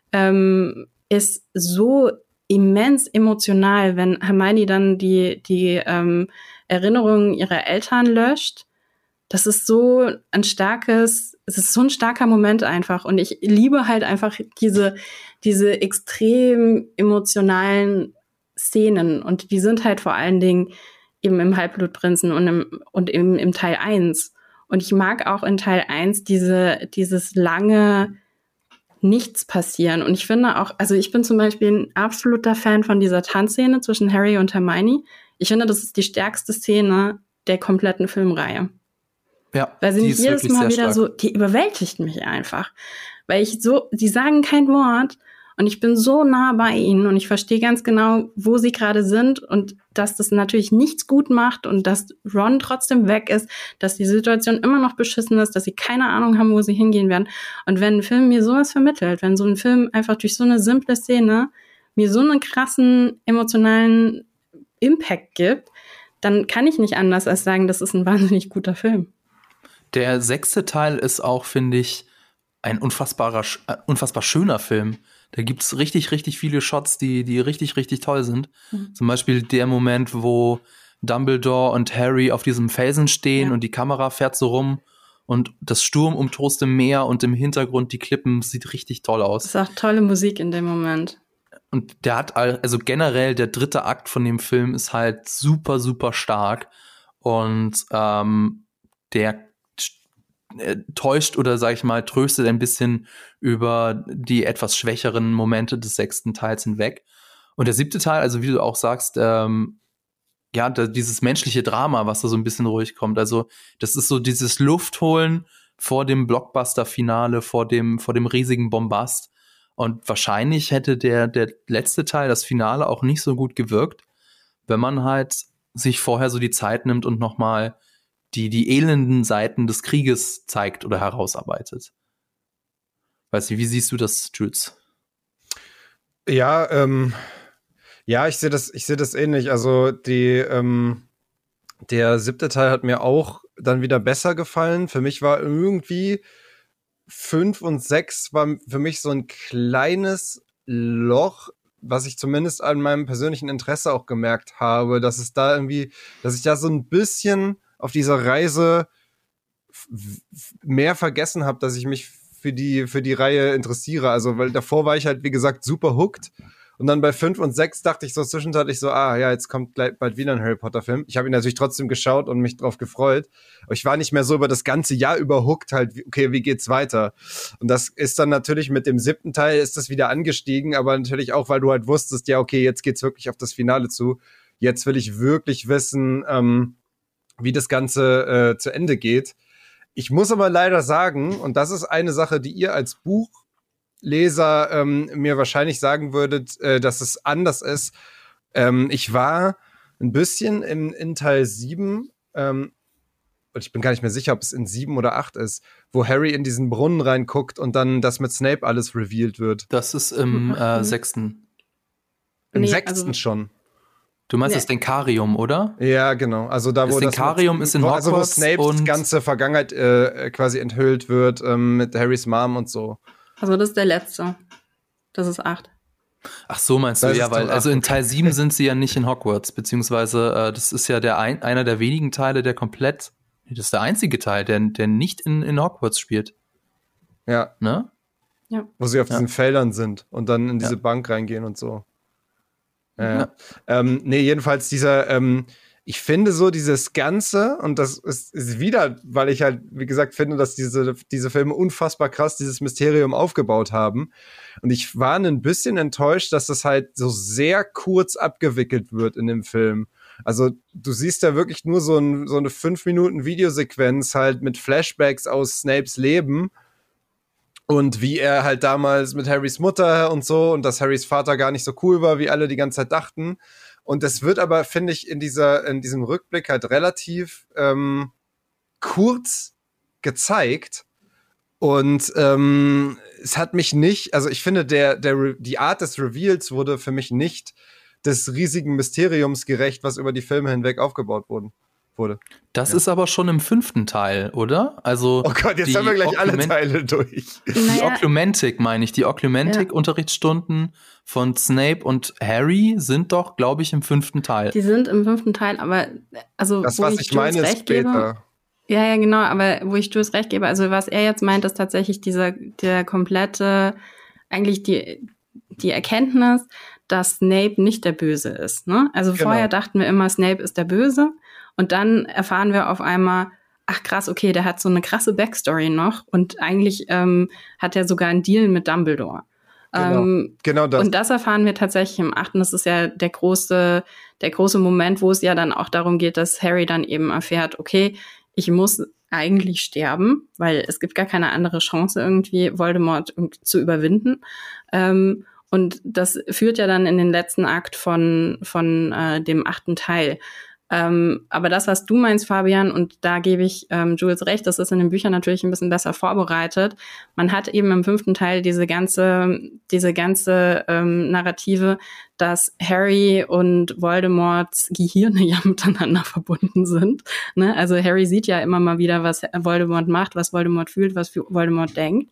ist so immens emotional, wenn Hermione dann die Erinnerungen ihrer Eltern löscht. Es ist so ein starker Moment einfach. Und ich liebe halt einfach diese extrem emotionalen Szenen. Und die sind halt vor allen Dingen eben im Halbblutprinzen und im Teil 1. Und ich mag auch in Teil 1 dieses lange nichts passieren. Und ich finde auch, also ich bin zum Beispiel ein absoluter Fan von dieser Tanzszene zwischen Harry und Hermione. Ich finde, das ist die stärkste Szene der kompletten Filmreihe. Ja, weil sie nicht jedes Mal wieder so, die überwältigt mich einfach. Weil die sagen kein Wort und ich bin so nah bei ihnen und ich verstehe ganz genau, wo sie gerade sind und dass das natürlich nichts gut macht und dass Ron trotzdem weg ist, dass die Situation immer noch beschissen ist, dass sie keine Ahnung haben, wo sie hingehen werden. Und wenn ein Film mir sowas vermittelt, wenn so ein Film einfach durch so eine simple Szene mir so einen krassen emotionalen Impact gibt, dann kann ich nicht anders als sagen, das ist ein wahnsinnig guter Film. Der 6. Teil ist auch, finde ich, ein unfassbar schöner Film. Da gibt's richtig, richtig viele Shots, die richtig, richtig toll sind. Zum Beispiel der Moment, wo Dumbledore und Harry auf diesem Felsen stehen und die Kamera fährt so rum und das sturmumtoste Meer und im Hintergrund die Klippen, sieht richtig toll aus. Das ist auch tolle Musik in dem Moment. Und der hat, also generell der 3. Akt von dem Film ist halt super, super stark und der täuscht oder, sag ich mal, tröstet ein bisschen über die etwas schwächeren Momente des 6. Teils hinweg. Und der 7. Teil, also wie du auch sagst, dieses menschliche Drama, was da so ein bisschen ruhig kommt. Also das ist so dieses Luftholen vor dem Blockbuster-Finale, vor dem riesigen Bombast. Und wahrscheinlich hätte der letzte Teil, das Finale, auch nicht so gut gewirkt, wenn man halt sich vorher so die Zeit nimmt und noch mal die elenden Seiten des Krieges zeigt oder herausarbeitet. Weiß nicht, wie siehst du das, Jules? Ja, ich sehe das ähnlich. Also der 7. Teil hat mir auch dann wieder besser gefallen. Für mich war irgendwie 5 und 6 war für mich so ein kleines Loch, was ich zumindest an meinem persönlichen Interesse auch gemerkt habe, dass ich da so ein bisschen auf dieser Reise mehr vergessen habe, dass ich mich für die Reihe interessiere. Also, weil davor war ich halt, wie gesagt, super hooked. Und dann bei 5 und 6 dachte ich so zwischenzeitlich so, jetzt kommt gleich bald wieder ein Harry Potter Film. Ich habe ihn natürlich trotzdem geschaut und mich drauf gefreut. Aber ich war nicht mehr so über das ganze Jahr über hooked halt, okay, wie geht's weiter? Und das ist dann natürlich mit dem 7. Teil ist das wieder angestiegen, aber natürlich auch, weil du halt wusstest, ja, okay, jetzt geht's wirklich auf das Finale zu. Jetzt will ich wirklich wissen, wie das Ganze zu Ende geht. Ich muss aber leider sagen, und das ist eine Sache, die ihr als Buch Leser mir wahrscheinlich sagen würdet, dass es anders ist. Ich war ein bisschen in Teil 7, und ich bin gar nicht mehr sicher, ob es in 7 oder 8 ist, wo Harry in diesen Brunnen reinguckt und dann das mit Snape alles revealed wird. Das ist im 6. Im 6. schon. Du meinst das Denkarium, oder? Ja, genau. Also da, wo das Denkarium ist in Hogwarts, also wo Snapes ganze Vergangenheit quasi enthüllt wird mit Harrys Mom und so. Also das ist der letzte. Das ist 8. Ach so, meinst du, ja, weil also in Teil 7 sind sie ja nicht in Hogwarts, beziehungsweise das ist ja einer der wenigen Teile, der komplett, das ist der einzige Teil, der nicht in Hogwarts spielt. Ja. Ne? Ja. Wo sie auf diesen Feldern sind und dann in diese Bank reingehen und so. Ja. Nee, jedenfalls dieser, ich finde so dieses Ganze, und das ist wieder, weil ich halt, wie gesagt, finde, dass diese Filme unfassbar krass dieses Mysterium aufgebaut haben. Und ich war ein bisschen enttäuscht, dass das halt so sehr kurz abgewickelt wird in dem Film. Also du siehst da wirklich nur so eine 5 Minuten Videosequenz halt mit Flashbacks aus Snapes Leben. Und wie er halt damals mit Harrys Mutter und so, und dass Harrys Vater gar nicht so cool war, wie alle die ganze Zeit dachten. Und das wird aber, finde ich, in diesem Rückblick halt relativ kurz gezeigt. Und es hat mich nicht, also ich finde, die Art des Reveals wurde für mich nicht des riesigen Mysteriums gerecht, was über die Filme hinweg aufgebaut wurde. Das ist aber schon im 5. Teil, oder? Also oh Gott, jetzt haben wir gleich alle Teile durch. Die Occlumentic, meine ich. Die Occlumentic-Unterrichtsstunden von Snape und Harry sind doch, glaube ich, im 5. Teil. Die sind im 5. Teil, aber also das, was ich meine, ist später. Ja, genau, aber wo ich Jules recht gebe, also was er jetzt meint, ist tatsächlich der komplette, eigentlich die Erkenntnis, dass Snape nicht der Böse ist. Ne? Also vorher dachten wir immer, Snape ist der Böse. Und dann erfahren wir auf einmal, ach krass, okay, der hat so eine krasse Backstory noch und eigentlich hat er sogar einen Deal mit Dumbledore. Genau das. Und das erfahren wir tatsächlich im 8. Das ist ja der große Moment, wo es ja dann auch darum geht, dass Harry dann eben erfährt, okay, ich muss eigentlich sterben, weil es gibt gar keine andere Chance irgendwie, Voldemort zu überwinden. Und das führt ja dann in den letzten Akt von dem 8. Teil. Aber das, was du meinst, Fabian, und da gebe ich Jules recht, das ist in den Büchern natürlich ein bisschen besser vorbereitet. Man hat eben im 5. Teil diese ganze Narrative, dass Harry und Voldemorts Gehirne ja miteinander verbunden sind. Ne? Also Harry sieht ja immer mal wieder, was Voldemort macht, was Voldemort fühlt, was Voldemort denkt.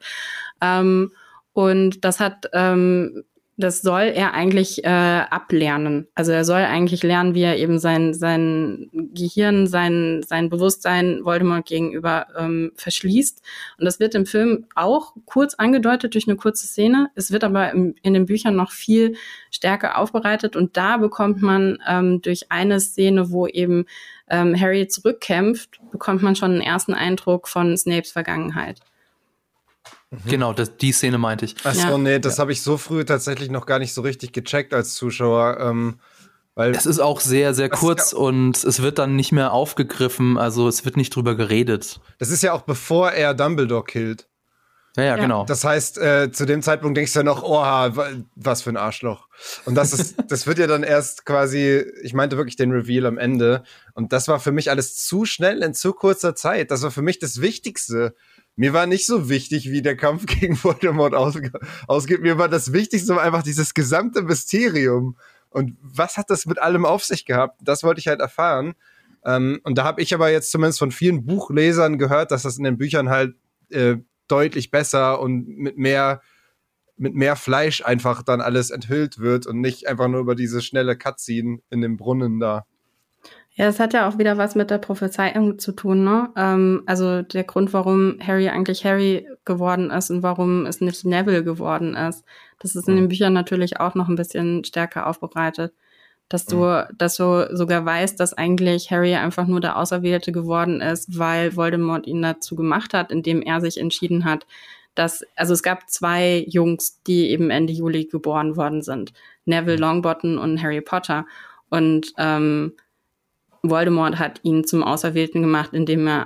Und das soll er eigentlich ablernen. Also er soll eigentlich lernen, wie er eben sein Gehirn, sein Bewusstsein Voldemort gegenüber verschließt. Und das wird im Film auch kurz angedeutet durch eine kurze Szene. Es wird aber in den Büchern noch viel stärker aufbereitet. Und da bekommt man durch eine Szene, wo eben Harry zurückkämpft, bekommt man schon einen ersten Eindruck von Snapes Vergangenheit. Genau, die Szene meinte ich. Achso, nee, das habe ich so früh tatsächlich noch gar nicht so richtig gecheckt als Zuschauer. Weil es ist auch sehr, sehr kurz und es wird dann nicht mehr aufgegriffen, also es wird nicht drüber geredet. Das ist ja auch bevor er Dumbledore killt. Ja, genau. Das heißt, zu dem Zeitpunkt denkst du ja noch, oha, was für ein Arschloch. Und das wird ja dann erst quasi, ich meinte wirklich den Reveal am Ende. Und das war für mich alles zu schnell in zu kurzer Zeit. Das war für mich das Wichtigste. Mir war nicht so wichtig, wie der Kampf gegen Voldemort ausgeht. Mir war das Wichtigste einfach dieses gesamte Mysterium. Und was hat das mit allem auf sich gehabt? Das wollte ich halt erfahren. Und da habe ich aber jetzt zumindest von vielen Buchlesern gehört, dass das in den Büchern halt deutlich besser und mit mehr Fleisch einfach dann alles enthüllt wird und nicht einfach nur über diese schnelle Cutscene in dem Brunnen da. Ja, das hat ja auch wieder was mit der Prophezeiung zu tun, ne? Also der Grund, warum Harry eigentlich Harry geworden ist und warum es nicht Neville geworden ist, das ist in den Büchern natürlich auch noch ein bisschen stärker aufbereitet. Dass du sogar weißt, dass eigentlich Harry einfach nur der Auserwählte geworden ist, weil Voldemort ihn dazu gemacht hat, indem er sich entschieden hat, also es gab 2 Jungs, die eben Ende Juli geboren worden sind. Neville Longbottom und Harry Potter. Und Voldemort hat ihn zum Auserwählten gemacht, indem er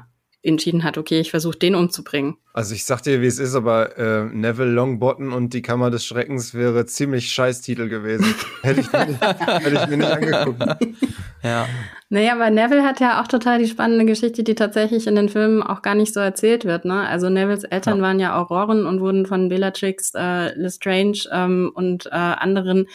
entschieden hat, okay, ich versuche den umzubringen. Also ich sag dir, wie es ist, aber Neville Longbottom und die Kammer des Schreckens wäre ziemlich scheiß Titel gewesen. hätte ich mir nicht angeguckt. Ja. Naja, aber Neville hat ja auch total die spannende Geschichte, die tatsächlich in den Filmen auch gar nicht so erzählt wird, ne? Also Nevilles Eltern waren ja Auroren und wurden von Bellatrix Lestrange und anderen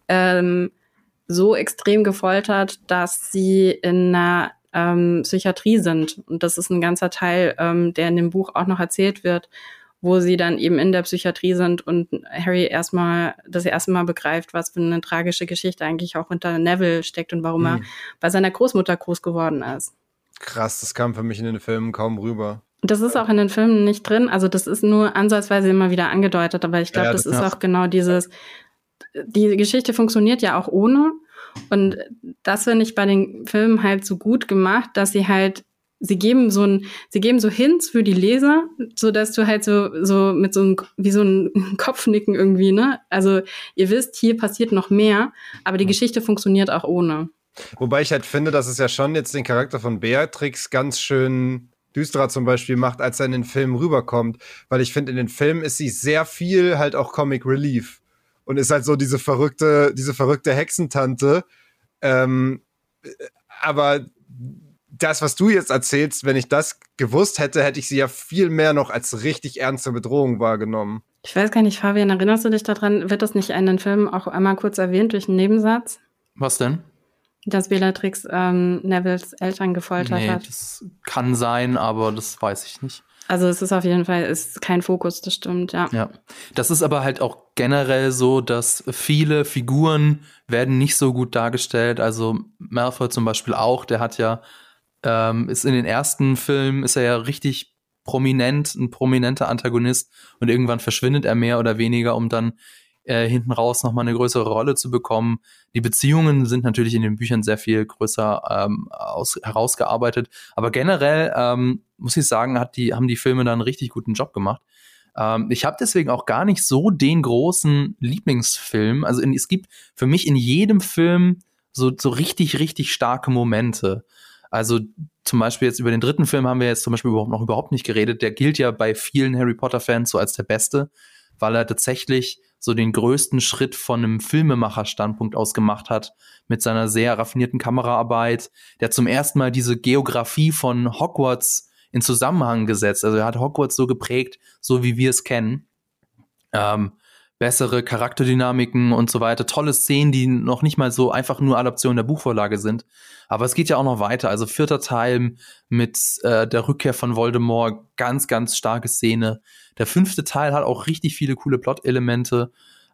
so extrem gefoltert, dass sie in einer Psychiatrie sind. Und das ist ein ganzer Teil, der in dem Buch auch noch erzählt wird, wo sie dann eben in der Psychiatrie sind und Harry das erste Mal begreift, was für eine tragische Geschichte eigentlich auch hinter Neville steckt und warum er bei seiner Großmutter groß geworden ist. Krass, das kam für mich in den Filmen kaum rüber. Und das ist auch in den Filmen nicht drin, also das ist nur ansatzweise immer wieder angedeutet, aber ich glaube, das ist auch genau die Geschichte funktioniert ja auch ohne. Und das finde ich bei den Filmen halt so gut gemacht, dass sie geben so Hints für die Leser, so dass du halt so mit wie so ein Kopfnicken irgendwie, ne? Also ihr wisst, hier passiert noch mehr, aber die Geschichte funktioniert auch ohne. Wobei ich halt finde, dass es ja schon jetzt den Charakter von Beatrix ganz schön düsterer zum Beispiel macht, als er in den Filmen rüberkommt. Weil ich finde, in den Filmen ist sie sehr viel halt auch Comic Relief. Und ist halt so diese verrückte Hexentante. Aber das, was du jetzt erzählst, wenn ich das gewusst hätte, hätte ich sie ja viel mehr noch als richtig ernste Bedrohung wahrgenommen. Ich weiß gar nicht, Fabian, erinnerst du dich daran, wird das nicht in den Filmen auch einmal kurz erwähnt durch einen Nebensatz? Was denn? Dass Bellatrix Nevilles Eltern gefoltert hat. Das kann sein, aber das weiß ich nicht. Also es ist auf jeden Fall kein Fokus, das stimmt, ja. Ja, das ist aber halt auch generell so, dass viele Figuren werden nicht so gut dargestellt. Also Malfoy zum Beispiel auch, der hat ja, ist in den ersten Filmen, ist er ja richtig prominent, ein prominenter Antagonist und irgendwann verschwindet er mehr oder weniger, um dann hinten raus nochmal eine größere Rolle zu bekommen. Die Beziehungen sind natürlich in den Büchern sehr viel größer herausgearbeitet. Aber generell muss ich sagen, haben die Filme da einen richtig guten Job gemacht. Ich habe deswegen auch gar nicht so den großen Lieblingsfilm. Also es gibt für mich in jedem Film so richtig, richtig starke Momente. Also zum Beispiel jetzt über den dritten Film haben wir jetzt zum Beispiel überhaupt nicht geredet. Der gilt ja bei vielen Harry Potter-Fans so als der beste, weil er tatsächlich so den größten Schritt von einem Filmemacher-Standpunkt aus gemacht hat, mit seiner sehr raffinierten Kameraarbeit. Der hat zum ersten Mal diese Geografie von Hogwarts in Zusammenhang gesetzt. Also er hat Hogwarts so geprägt, so wie wir es kennen. Bessere Charakterdynamiken und so weiter. Tolle Szenen, die noch nicht mal so einfach nur Adaption der Buchvorlage sind. Aber es geht ja auch noch weiter. Also 4. Teil mit der Rückkehr von Voldemort. Ganz, ganz starke Szene. Der 5. Teil hat auch richtig viele coole Plot-Elemente.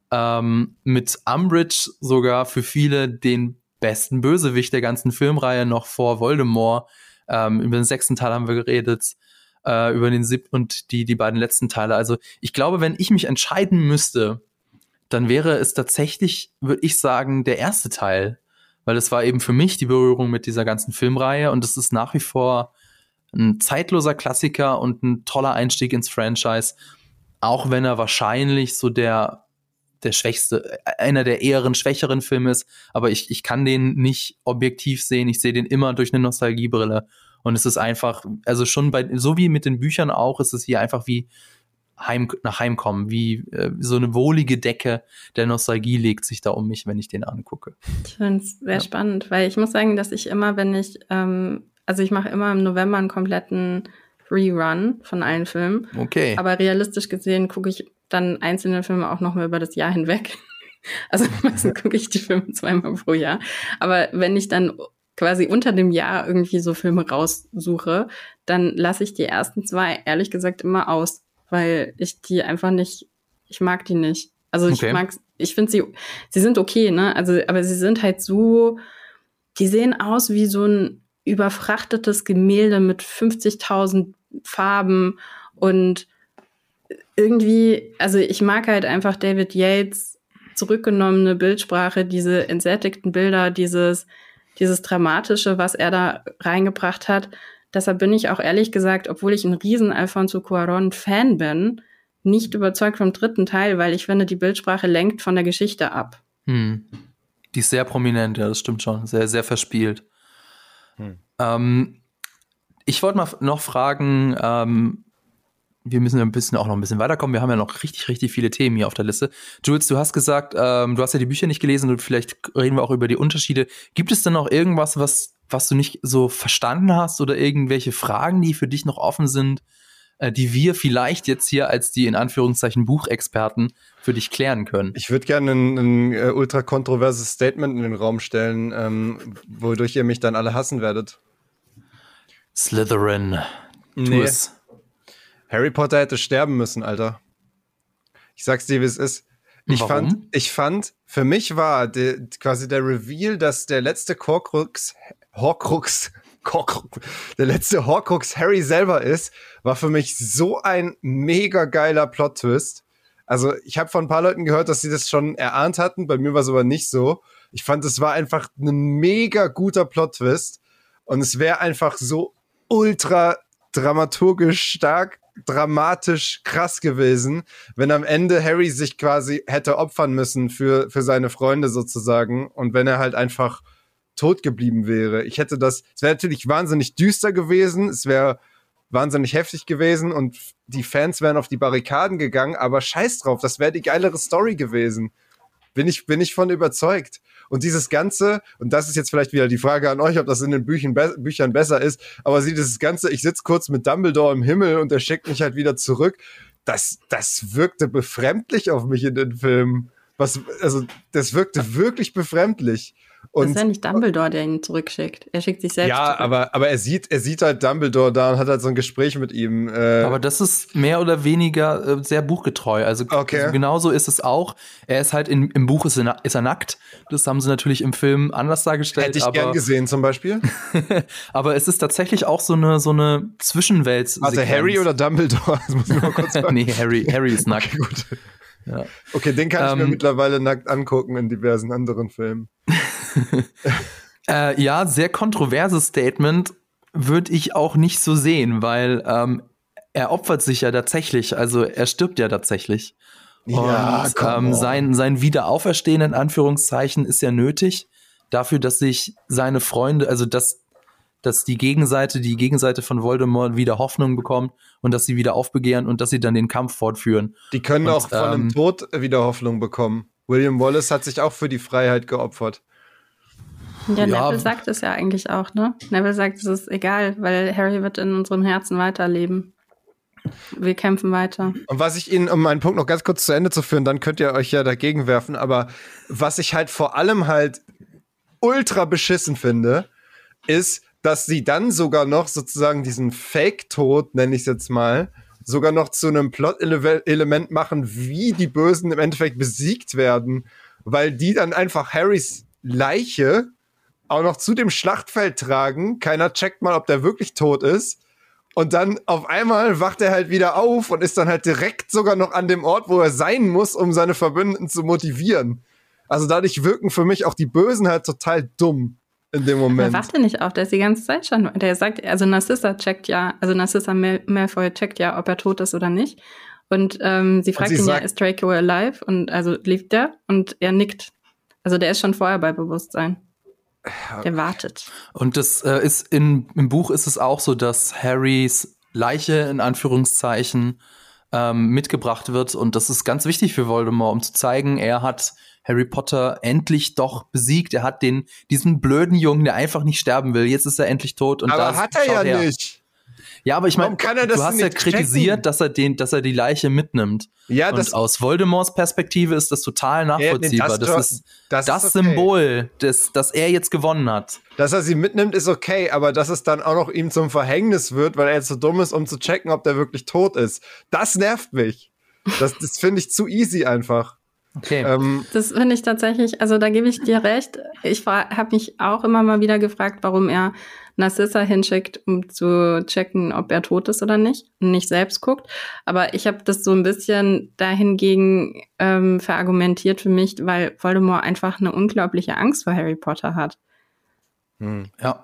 Mit Umbridge sogar für viele den besten Bösewicht der ganzen Filmreihe noch vor Voldemort. Über den 6. Teil haben wir geredet. Über den 7. und die beiden letzten Teile. Also ich glaube, wenn ich mich entscheiden müsste, dann wäre es tatsächlich, würde ich sagen, der 1. Teil. Weil es war eben für mich die Berührung mit dieser ganzen Filmreihe und es ist nach wie vor ein zeitloser Klassiker und ein toller Einstieg ins Franchise. Auch wenn er wahrscheinlich so der schwächste, einer der eher schwächeren Filme ist. Aber ich kann den nicht objektiv sehen. Ich sehe den immer durch eine Nostalgiebrille. Und es ist einfach, also schon so wie mit den Büchern auch, ist es hier einfach wie nach Heimkommen, wie so eine wohlige Decke der Nostalgie legt sich da um mich, wenn ich den angucke. Ich finde es sehr spannend, weil ich muss sagen, dass ich immer, also ich mache immer im November einen kompletten Rerun von allen Filmen. Okay. Aber realistisch gesehen gucke ich dann einzelne Filme auch noch mal über das Jahr hinweg. Also meistens gucke ich die Filme 2-mal pro Jahr. Aber wenn ich dann quasi unter dem Jahr irgendwie so Filme raussuche, dann lasse ich die ersten 2 ehrlich gesagt immer aus, weil ich die einfach nicht, ich mag die nicht. Also ich finde sie sind okay, ne? Also, aber sie sind halt so, die sehen aus wie so ein überfrachtetes Gemälde mit 50.000 Farben und irgendwie, also ich mag halt einfach David Yates zurückgenommene Bildsprache, diese entsättigten Bilder, dieses Dramatische, was er da reingebracht hat. Deshalb bin ich auch ehrlich gesagt, obwohl ich ein riesen Alfonso Cuarón-Fan bin, nicht überzeugt vom 3. Teil, weil ich finde, die Bildsprache lenkt von der Geschichte ab. Die ist sehr prominent, ja, das stimmt schon. Sehr, sehr verspielt. Ich wollte mal noch fragen, wir müssen ja noch ein bisschen weiterkommen. Wir haben ja noch richtig, richtig viele Themen hier auf der Liste. Jules, du hast gesagt, du hast ja die Bücher nicht gelesen und vielleicht reden wir auch über die Unterschiede. Gibt es denn noch irgendwas, was du nicht so verstanden hast oder irgendwelche Fragen, die für dich noch offen sind, die wir vielleicht jetzt hier als die in Anführungszeichen Buchexperten für dich klären können? Ich würde gerne ein ultra kontroverses Statement in den Raum stellen, wodurch ihr mich dann alle hassen werdet. Slytherin. Nee. Harry Potter hätte sterben müssen, Alter. Ich sag's dir, wie es ist. Warum? Ich fand, für mich war quasi der Reveal, dass der letzte der letzte Horcrux Harry selber ist, war für mich so ein mega geiler Plot-Twist. Also ich habe von ein paar Leuten gehört, dass sie das schon erahnt hatten. Bei mir war es aber nicht so. Ich fand, es war einfach ein mega guter Plot-Twist. Und es wäre einfach so ultra dramaturgisch stark, dramatisch krass gewesen, wenn am Ende Harry sich quasi hätte opfern müssen für seine Freunde sozusagen und wenn er halt einfach tot geblieben wäre. Es wäre natürlich wahnsinnig düster gewesen, es wäre wahnsinnig heftig gewesen und die Fans wären auf die Barrikaden gegangen, aber scheiß drauf, das wäre die geilere Story gewesen. Bin ich von überzeugt. Und dieses Ganze, und das ist jetzt vielleicht wieder die Frage an euch, ob das in den Büchern besser ist, aber dieses Ganze, ich sitze kurz mit Dumbledore im Himmel und der schickt mich halt wieder zurück, das wirkte befremdlich auf mich in den Filmen. Das wirkte wirklich befremdlich. Und das ist ja nicht Dumbledore, der ihn zurückschickt. Er schickt sich selbst zurück. aber er sieht halt Dumbledore da und hat halt so ein Gespräch mit ihm. Aber das ist mehr oder weniger sehr buchgetreu. Also genauso ist es auch. Er ist halt im Buch ist er nackt. Das haben sie natürlich im Film anders dargestellt. Hätte ich gern gesehen zum Beispiel. Aber es ist tatsächlich auch so eine Zwischenwelt. Also Harry oder Dumbledore? Das muss ich mal kurz sagen. Nee, Harry ist nackt. Okay, gut. Ja. Okay, den kann ich mir mittlerweile nackt angucken in diversen anderen Filmen. Ja, sehr kontroverses Statement würde ich auch nicht so sehen, weil er opfert sich ja tatsächlich, also er stirbt ja tatsächlich. Ja, und sein Wiederauferstehen in Anführungszeichen ist ja nötig dafür, dass sich seine Freunde, also dass die Gegenseite von Voldemort wieder Hoffnung bekommt und dass sie wieder aufbegehren und dass sie dann den Kampf fortführen. Die können auch von dem Tod wieder Hoffnung bekommen. William Wallace hat sich auch für die Freiheit geopfert. Ja, Neville sagt es ja eigentlich auch, ne? Neville sagt, es ist egal, weil Harry wird in unseren Herzen weiterleben. Wir kämpfen weiter. Und was ich Ihnen, um meinen Punkt noch ganz kurz zu Ende zu führen, dann könnt ihr euch ja dagegen werfen, aber was ich halt vor allem halt ultra beschissen finde, ist, dass sie dann sogar noch sozusagen diesen Fake-Tod, nenne ich es jetzt mal, sogar noch zu einem Plot-Element machen, wie die Bösen im Endeffekt besiegt werden, weil die dann einfach Harrys Leiche auch noch zu dem Schlachtfeld tragen. Keiner checkt mal, ob der wirklich tot ist. Und dann auf einmal wacht er halt wieder auf und ist dann halt direkt sogar noch an dem Ort, wo er sein muss, um seine Verbündeten zu motivieren. Also dadurch wirken für mich auch die Bösen halt total dumm in dem Moment. Er wacht ja nicht auf, der ist die ganze Zeit schon. Der sagt, also Narcissa Malfoy checkt ja, ob er tot ist oder nicht. Und sie fragt ihn ja, ist Draco alive? Und also lebt der? Und er nickt. Also der ist schon vorher bei Bewusstsein. Der wartet. Und das ist im Buch ist es auch so, dass Harrys Leiche in Anführungszeichen mitgebracht wird. Und das ist ganz wichtig für Voldemort, um zu zeigen, er hat Harry Potter endlich doch besiegt. Er hat diesen blöden Jungen, der einfach nicht sterben will. Jetzt ist er endlich tot. Und aber hat er ja nicht. Ja, aber ich meine, du hast ja kritisiert, dass er die Leiche mitnimmt. Ja, und aus Voldemorts Perspektive ist das total nachvollziehbar. Ja, das ist das okay. Symbol, dass er jetzt gewonnen hat. Dass er sie mitnimmt, ist okay, aber dass es dann auch noch ihm zum Verhängnis wird, weil er jetzt so dumm ist, um zu checken, ob der wirklich tot ist. Das nervt mich. Das finde ich zu easy einfach. Okay. Das finde ich tatsächlich, also da gebe ich dir recht. Ich habe mich auch immer mal wieder gefragt, warum er Narcissa hinschickt, um zu checken, ob er tot ist oder nicht und nicht selbst guckt. Aber ich habe das so ein bisschen dahingegen verargumentiert für mich, weil Voldemort einfach eine unglaubliche Angst vor Harry Potter hat. Ja.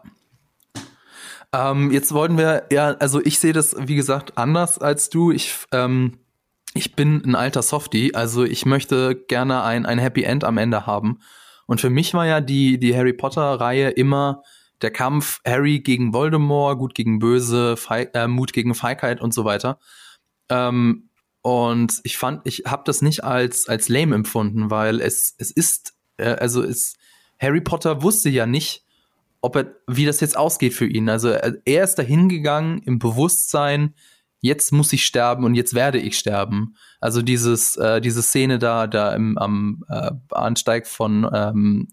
Jetzt wollten wir, ja, also ich sehe das, wie gesagt, anders als du. Ich bin ein alter Softie, also ich möchte gerne ein Happy End am Ende haben. Und für mich war ja die Harry Potter-Reihe immer der Kampf Harry gegen Voldemort, Gut gegen Böse, Mut gegen Feigheit und so weiter. Und ich habe das nicht als lame empfunden, weil Harry Potter wusste ja nicht, wie das jetzt ausgeht für ihn. Also er ist dahin gegangen im Bewusstsein, jetzt muss ich sterben und jetzt werde ich sterben. Also diese Szene da am Bahnsteig am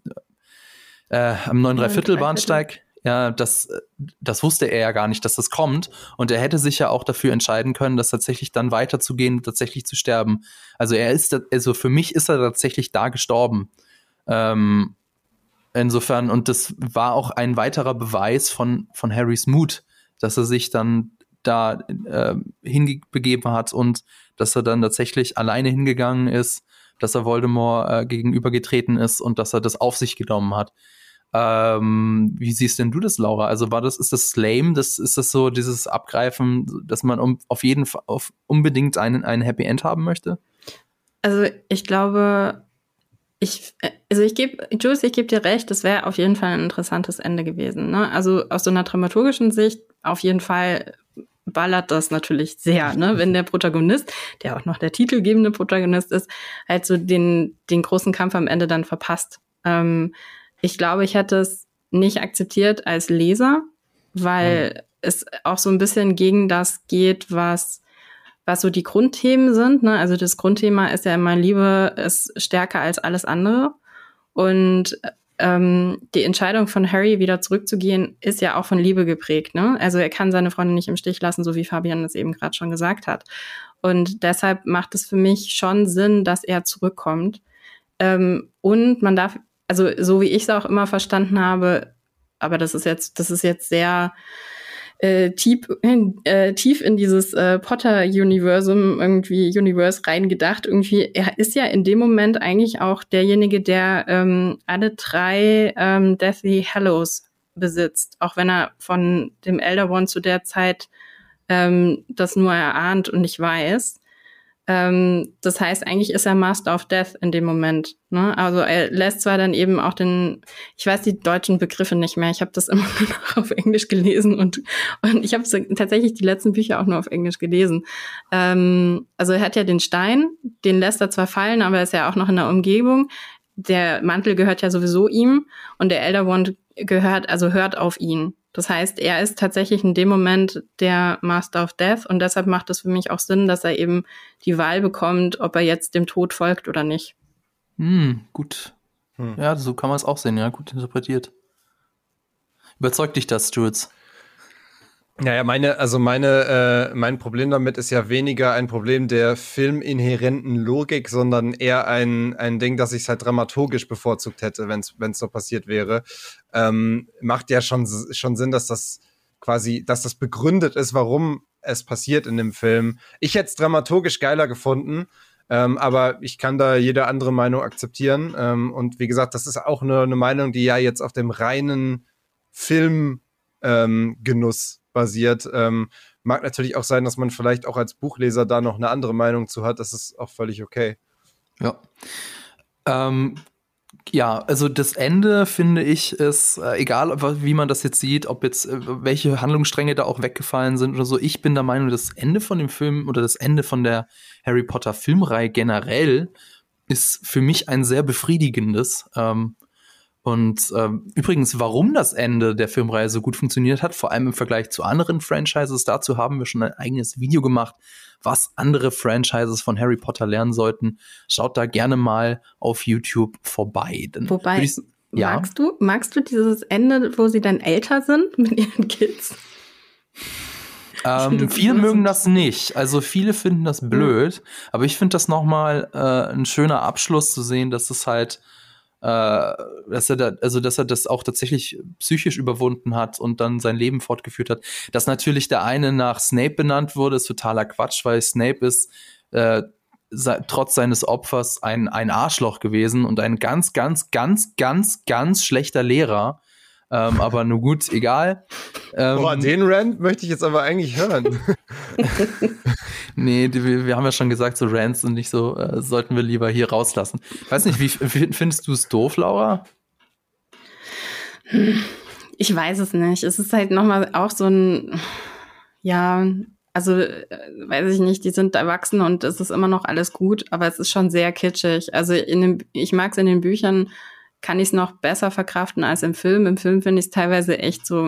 9¾ Bahnsteig, ja, das wusste er ja gar nicht, dass das kommt. Und er hätte sich ja auch dafür entscheiden können, das tatsächlich dann weiterzugehen, tatsächlich zu sterben. Also für mich ist er tatsächlich da gestorben. Insofern, und das war auch ein weiterer Beweis von Harrys Mut, dass er sich dann da hinbegeben hat und dass er dann tatsächlich alleine hingegangen ist, dass er Voldemort gegenübergetreten ist und dass er das auf sich genommen hat. Wie siehst denn du das, Laura? Also ist das lame? Ist das so dieses Abgreifen, dass man auf jeden Fall unbedingt ein Happy End haben möchte? Also ich glaube, ich gebe dir recht, das wäre auf jeden Fall ein interessantes Ende gewesen. Ne? Also aus so einer dramaturgischen Sicht auf jeden Fall ballert das natürlich sehr, ne? Wenn der Protagonist, der auch noch der titelgebende Protagonist ist, halt so den großen Kampf am Ende dann verpasst. Ich glaube, ich hätte es nicht akzeptiert als Leser, weil es auch so ein bisschen gegen das geht, was so die Grundthemen sind. Ne? Also das Grundthema ist ja immer, Liebe ist stärker als alles andere. Und die Entscheidung von Harry, wieder zurückzugehen, ist ja auch von Liebe geprägt. Ne? Also er kann seine Freundin nicht im Stich lassen, so wie Fabian das eben gerade schon gesagt hat. Und deshalb macht es für mich schon Sinn, dass er zurückkommt. Und man darf, also so wie ich es auch immer verstanden habe, aber das ist jetzt sehr tief in dieses Potter-Universe reingedacht. Irgendwie, er ist ja in dem Moment eigentlich auch derjenige, der alle 3 Deathly Hallows besitzt, auch wenn er von dem Elder Wand zu der Zeit das nur erahnt und nicht weiß. Das heißt, eigentlich ist er Master of Death in dem Moment. Ne? Also er lässt zwar dann eben auch ich weiß die deutschen Begriffe nicht mehr, ich habe das immer nur noch auf Englisch gelesen und ich habe tatsächlich die letzten Bücher auch nur auf Englisch gelesen. Also er hat ja den Stein, den lässt er zwar fallen, aber er ist ja auch noch in der Umgebung. Der Mantel gehört ja sowieso ihm und der Elder Wand hört auf ihn. Das heißt, er ist tatsächlich in dem Moment der Master of Death und deshalb macht es für mich auch Sinn, dass er eben die Wahl bekommt, ob er jetzt dem Tod folgt oder nicht. Gut. Ja, so kann man es auch sehen, ja, gut interpretiert. Überzeugt dich das, Jules? Naja, mein Problem damit ist ja weniger ein Problem der filminhärenten Logik, sondern eher ein Ding, dass ich es halt dramaturgisch bevorzugt hätte, wenn es so passiert wäre. Macht ja schon Sinn, dass das begründet ist, warum es passiert in dem Film. Ich hätte es dramaturgisch geiler gefunden, aber ich kann da jede andere Meinung akzeptieren. Und wie gesagt, das ist auch eine Meinung, die ja jetzt auf dem reinen Filmgenuss basiert. Mag natürlich auch sein, dass man vielleicht auch als Buchleser da noch eine andere Meinung zu hat. Das ist auch völlig okay. Ja. Ja, also das Ende, finde ich, ist egal, wie man das jetzt sieht, ob jetzt welche Handlungsstränge da auch weggefallen sind oder so. Ich bin der Meinung, das Ende von dem Film oder das Ende von der Harry Potter Filmreihe generell ist für mich ein sehr befriedigendes. Und übrigens, warum das Ende der Filmreihe so gut funktioniert hat, vor allem im Vergleich zu anderen Franchises, dazu haben wir schon ein eigenes Video gemacht, was andere Franchises von Harry Potter lernen sollten. Schaut da gerne mal auf YouTube vorbei. Wobei, magst du dieses Ende, wo sie dann älter sind mit ihren Kids? Viele mögen das nicht. Also viele finden das blöd. Aber ich finde das nochmal ein schöner Abschluss zu sehen, dass es halt dass er das auch tatsächlich psychisch überwunden hat und dann sein Leben fortgeführt hat. Dass natürlich der eine nach Snape benannt wurde, ist totaler Quatsch, weil Snape ist trotz seines Opfers ein Arschloch gewesen und ein ganz, ganz, ganz, ganz, ganz schlechter Lehrer. Aber nur gut, egal. Den Rant möchte ich jetzt aber eigentlich hören. Nee, wir haben ja schon gesagt, so Rants und nicht so, sollten wir lieber hier rauslassen. Ich weiß nicht, wie findest du es doof, Laura? Ich weiß es nicht. Es ist halt nochmal auch so ein, ja, also weiß ich nicht, die sind erwachsen und es ist immer noch alles gut, aber es ist schon sehr kitschig. Also ich mag es in den Büchern, kann ich es noch besser verkraften als im Film. Im Film finde ich es teilweise echt so,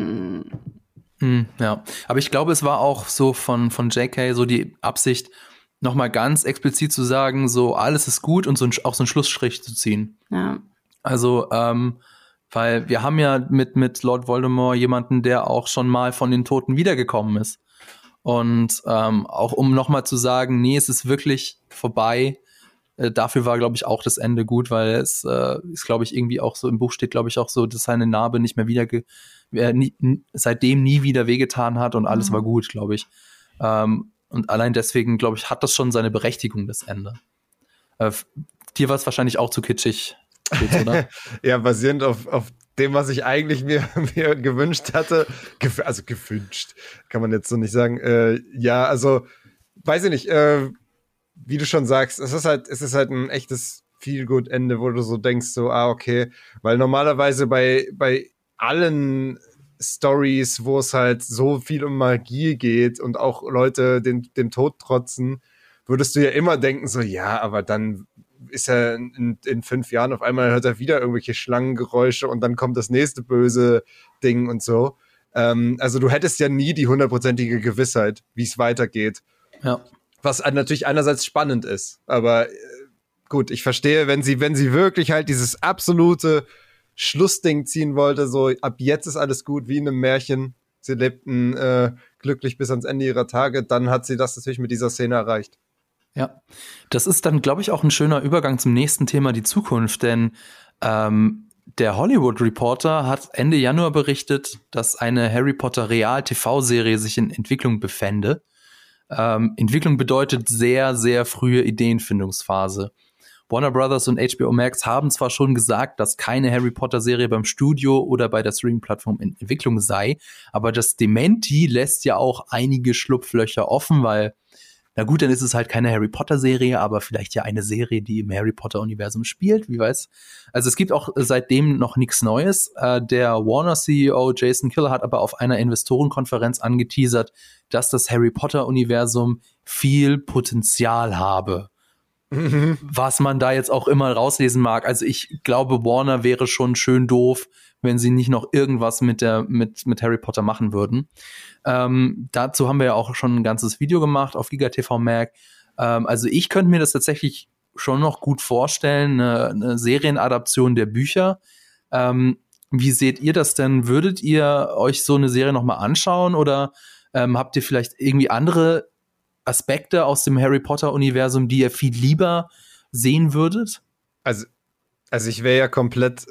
Ja, aber ich glaube, es war auch so von J.K. so die Absicht, nochmal ganz explizit zu sagen, so alles ist gut und auch so einen Schlussstrich zu ziehen. Ja. Also, weil wir haben ja mit Lord Voldemort jemanden, der auch schon mal von den Toten wiedergekommen ist. Und auch um nochmal zu sagen, nee, es ist wirklich vorbei, dafür war, glaube ich, auch das Ende gut, weil es ist, glaube ich, irgendwie auch so, im Buch steht, glaube ich, auch so, dass seine Narbe nicht mehr wieder seitdem nie wieder wehgetan hat und alles war gut, glaube ich. Und allein deswegen, glaube ich, hat das schon seine Berechtigung, das Ende. Dir war es wahrscheinlich auch zu kitschig, oder? Ja, basierend auf dem, was ich eigentlich mir gewünscht hatte. Also gewünscht, kann man jetzt so nicht sagen. Ja, also, weiß ich nicht, wie du schon sagst, es ist halt ein echtes Feel-Good-Ende, wo du so denkst, so, okay, weil normalerweise bei allen Stories, wo es halt so viel um Magie geht und auch Leute dem Tod trotzen, würdest du ja immer denken, so, ja, aber dann ist er in 5 Jahren auf einmal hört er wieder irgendwelche Schlangengeräusche und dann kommt das nächste böse Ding und so. Also du hättest ja nie die 100%ige Gewissheit, wie es weitergeht. Ja. Was natürlich einerseits spannend ist, aber gut, ich verstehe, wenn sie wirklich halt dieses absolute Schlussding ziehen wollte, so ab jetzt ist alles gut, wie in einem Märchen, sie lebten glücklich bis ans Ende ihrer Tage, dann hat sie das natürlich mit dieser Szene erreicht. Ja, das ist dann, glaube ich, auch ein schöner Übergang zum nächsten Thema, die Zukunft, denn der Hollywood Reporter hat Ende Januar berichtet, dass eine Harry Potter Real-TV-Serie sich in Entwicklung befände. Entwicklung bedeutet sehr, sehr frühe Ideenfindungsphase. Warner Brothers und HBO Max haben zwar schon gesagt, dass keine Harry Potter-Serie beim Studio oder bei der Streaming-Plattform in Entwicklung sei, aber das Dementi lässt ja auch einige Schlupflöcher offen, weil, na gut, dann ist es halt keine Harry Potter-Serie, aber vielleicht ja eine Serie, die im Harry Potter-Universum spielt, wie weiß. Also es gibt auch seitdem noch nichts Neues. Der Warner-CEO Jason Kill hat aber auf einer Investorenkonferenz angeteasert, dass das Harry Potter-Universum viel Potenzial habe. Was man da jetzt auch immer rauslesen mag. Also ich glaube, Warner wäre schon schön doof, wenn sie nicht noch irgendwas mit Harry Potter machen würden. Dazu haben wir ja auch schon ein ganzes Video gemacht auf GigaTV Mag. Also ich könnte mir das tatsächlich schon noch gut vorstellen, eine Serienadaption der Bücher. Wie seht ihr das denn? Würdet ihr euch so eine Serie noch mal anschauen oder habt ihr vielleicht irgendwie andere Aspekte aus dem Harry Potter-Universum, die ihr viel lieber sehen würdet? Also ich wäre ja komplett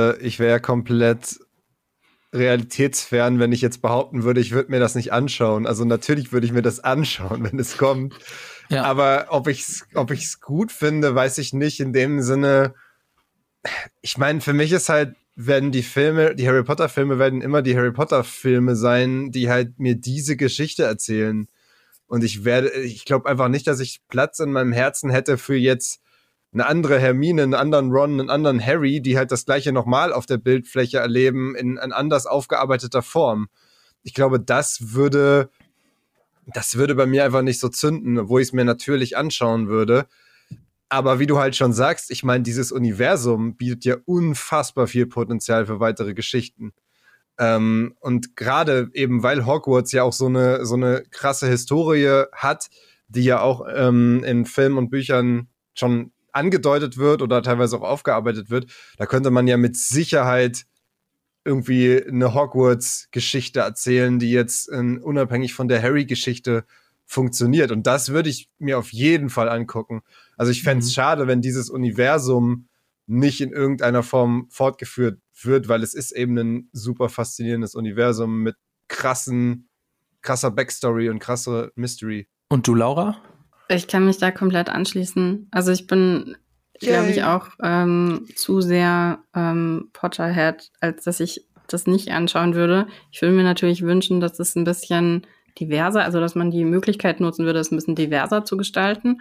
realitätsfern, wenn ich jetzt behaupten würde, ich würde mir das nicht anschauen. Also natürlich würde ich mir das anschauen, wenn es kommt. Ja. Aber ob ich's gut finde, weiß ich nicht. In dem Sinne, ich meine, für mich ist halt, werden die Harry Potter-Filme werden immer die Harry Potter-Filme sein, die halt mir diese Geschichte erzählen. Und ich glaube einfach nicht, dass ich Platz in meinem Herzen hätte für jetzt eine andere Hermine, einen anderen Ron, einen anderen Harry, die halt das Gleiche nochmal auf der Bildfläche erleben, in anders aufgearbeiteter Form. Ich glaube, das würde bei mir einfach nicht so zünden, wo ich es mir natürlich anschauen würde. Aber wie du halt schon sagst, ich meine, dieses Universum bietet ja unfassbar viel Potenzial für weitere Geschichten. Und gerade eben, weil Hogwarts ja auch so eine krasse Historie hat, die ja auch in Filmen und Büchern schon angedeutet wird oder teilweise auch aufgearbeitet wird, da könnte man ja mit Sicherheit irgendwie eine Hogwarts-Geschichte erzählen, die jetzt unabhängig von der Harry-Geschichte funktioniert. Und das würde ich mir auf jeden Fall angucken. Also ich fände es schade, wenn dieses Universum nicht in irgendeiner Form fortgeführt wird, weil es ist eben ein super faszinierendes Universum mit krasser Backstory und krasser Mystery. Und du, Laura? Ich kann mich da komplett anschließen. Also ich bin, glaube ich, auch zu sehr Potterhead, als dass ich das nicht anschauen würde. Ich würde mir natürlich wünschen, dass es ein bisschen diverser, also dass man die Möglichkeit nutzen würde, es ein bisschen diverser zu gestalten.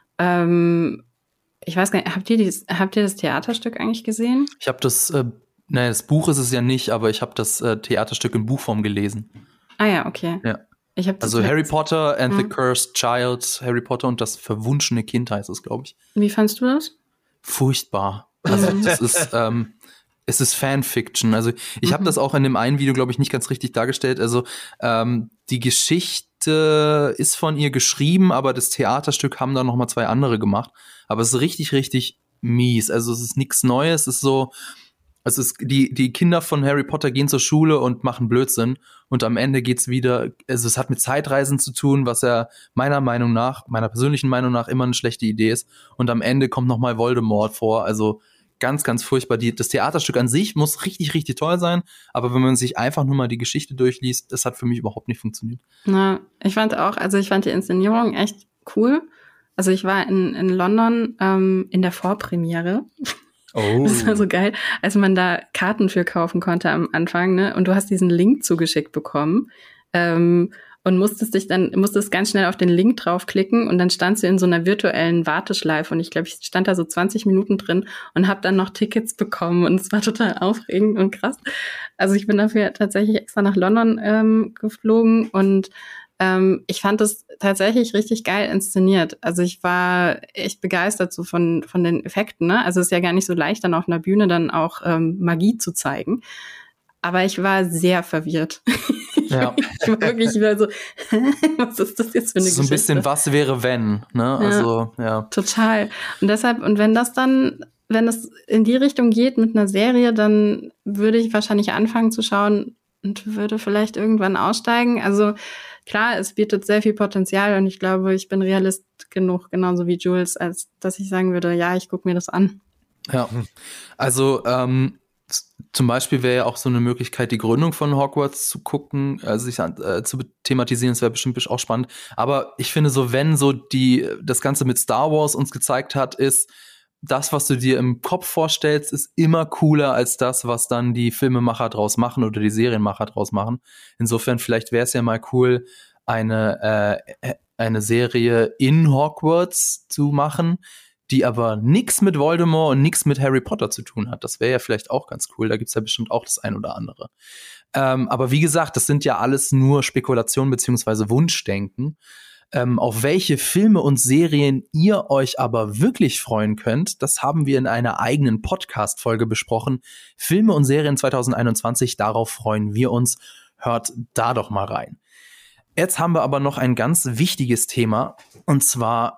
Ich weiß gar nicht, habt ihr das Theaterstück eigentlich gesehen? Ich habe das Naja, das Buch ist es ja nicht, aber ich habe das Theaterstück in Buchform gelesen. Ah ja, okay. Ja. Ich hab das Also Harry Potter and the Cursed Child, Harry Potter und das verwunschene Kind heißt es, glaube ich. Wie fandst du das? Furchtbar. Also das ist, es ist Fanfiction. Also ich habe das auch in dem einen Video, glaube ich, nicht ganz richtig dargestellt. Also die Geschichte ist von ihr geschrieben, aber das Theaterstück haben dann noch mal 2 andere gemacht. Aber es ist richtig, richtig mies. Also es ist nichts Neues. Es ist so, die Kinder von Harry Potter gehen zur Schule und machen Blödsinn. Und am Ende geht's wieder, also es hat mit Zeitreisen zu tun, was ja meiner persönlichen Meinung nach immer eine schlechte Idee ist. Und am Ende kommt noch mal Voldemort vor. Also ganz, ganz furchtbar. Das Theaterstück an sich muss richtig, richtig toll sein. Aber wenn man sich einfach nur mal die Geschichte durchliest, das hat für mich überhaupt nicht funktioniert. Na, ich fand die Inszenierung echt cool. Also ich war in London in der Vorpremiere. Oh. Das war so geil, als man da Karten für kaufen konnte am Anfang, ne? Und du hast diesen Link zugeschickt bekommen und musstest ganz schnell auf den Link draufklicken und dann standst du in so einer virtuellen Warteschleife und ich glaube, ich stand da so 20 Minuten drin und habe dann noch Tickets bekommen und es war total aufregend und krass. Also ich bin dafür tatsächlich extra nach London geflogen und ich fand das tatsächlich richtig geil inszeniert. Also ich war echt begeistert so von den Effekten, ne? Also es ist ja gar nicht so leicht, dann auf einer Bühne dann auch Magie zu zeigen. Aber ich war sehr verwirrt. Ja. Ich war so, was ist das jetzt für eine Geschichte? So ein bisschen, was wäre wenn, ne? Also, ja. Total. Und deshalb, und wenn es in die Richtung geht mit einer Serie, dann würde ich wahrscheinlich anfangen zu schauen und würde vielleicht irgendwann aussteigen. Also klar, es bietet sehr viel Potenzial und ich glaube, ich bin Realist genug, genauso wie Jules, als dass ich sagen würde, ja, ich gucke mir das an. Ja, also zum Beispiel wäre ja auch so eine Möglichkeit, die Gründung von Hogwarts zu gucken, also sich zu thematisieren, das wäre bestimmt auch spannend. Aber ich finde so, wenn so das Ganze mit Star Wars uns gezeigt hat, ist, das, was du dir im Kopf vorstellst, ist immer cooler als das, was dann die Filmemacher draus machen oder die Serienmacher draus machen. Insofern, vielleicht wäre es ja mal cool, eine Serie in Hogwarts zu machen, die aber nichts mit Voldemort und nichts mit Harry Potter zu tun hat. Das wäre ja vielleicht auch ganz cool. Da gibt's ja bestimmt auch das ein oder andere. Aber wie gesagt, das sind ja alles nur Spekulationen beziehungsweise Wunschdenken. Auf welche Filme und Serien ihr euch aber wirklich freuen könnt, das haben wir in einer eigenen Podcast-Folge besprochen. Filme und Serien 2021, darauf freuen wir uns. Hört da doch mal rein. Jetzt haben wir aber noch ein ganz wichtiges Thema, und zwar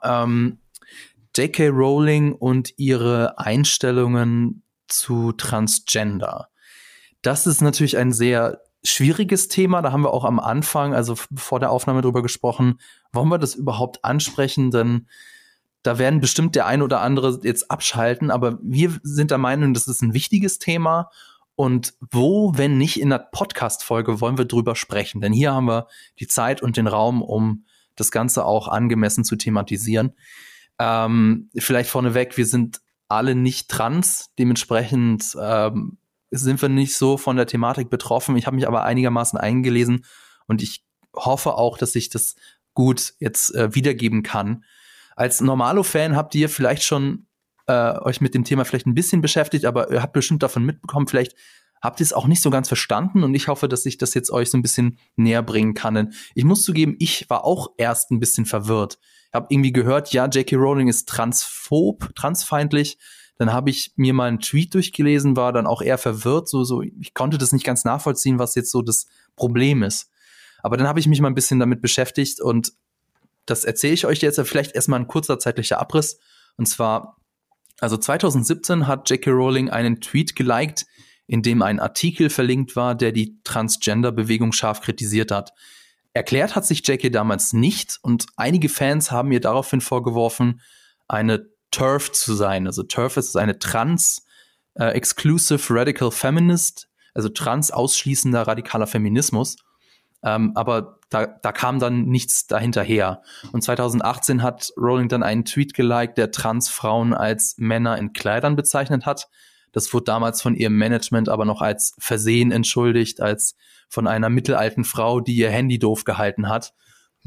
J.K. Rowling und ihre Einstellungen zu Transgender. Das ist natürlich ein sehr schwieriges Thema, da haben wir auch am Anfang, also vor der Aufnahme drüber gesprochen, wollen wir das überhaupt ansprechen, denn da werden bestimmt der ein oder andere jetzt abschalten, aber wir sind der Meinung, das ist ein wichtiges Thema und wo, wenn nicht in der Podcast-Folge, wollen wir drüber sprechen, denn hier haben wir die Zeit und den Raum, um das Ganze auch angemessen zu thematisieren. Vielleicht vorneweg, wir sind alle nicht trans, dementsprechend sind wir nicht so von der Thematik betroffen. Ich habe mich aber einigermaßen eingelesen und ich hoffe auch, dass ich das gut jetzt wiedergeben kann. Als Normalo-Fan habt ihr vielleicht schon euch mit dem Thema vielleicht ein bisschen beschäftigt, aber ihr habt bestimmt davon mitbekommen, vielleicht habt ihr es auch nicht so ganz verstanden und ich hoffe, dass ich das jetzt euch so ein bisschen näher bringen kann. Denn ich muss zugeben, ich war auch erst ein bisschen verwirrt. Ich habe irgendwie gehört, ja, J.K. Rowling ist transphob, transfeindlich. Dann habe ich mir mal einen Tweet durchgelesen, war dann auch eher verwirrt. So, ich konnte das nicht ganz nachvollziehen, was jetzt so das Problem ist. Aber dann habe ich mich mal ein bisschen damit beschäftigt und das erzähle ich euch jetzt. Vielleicht erstmal ein kurzer zeitlicher Abriss. Und zwar, also 2017 hat J.K. Rowling einen Tweet geliked, in dem ein Artikel verlinkt war, der die Transgender-Bewegung scharf kritisiert hat. Erklärt hat sich J.K. damals nicht und einige Fans haben ihr daraufhin vorgeworfen, eine TERF zu sein. Also TERF ist eine Trans-Exclusive Radical Feminist, also trans-ausschließender radikaler Feminismus. Aber da kam dann nichts dahinterher. Und 2018 hat Rowling dann einen Tweet geliked, der Transfrauen als Männer in Kleidern bezeichnet hat. Das wurde damals von ihrem Management aber noch als Versehen entschuldigt, als von einer mittelalten Frau, die ihr Handy doof gehalten hat.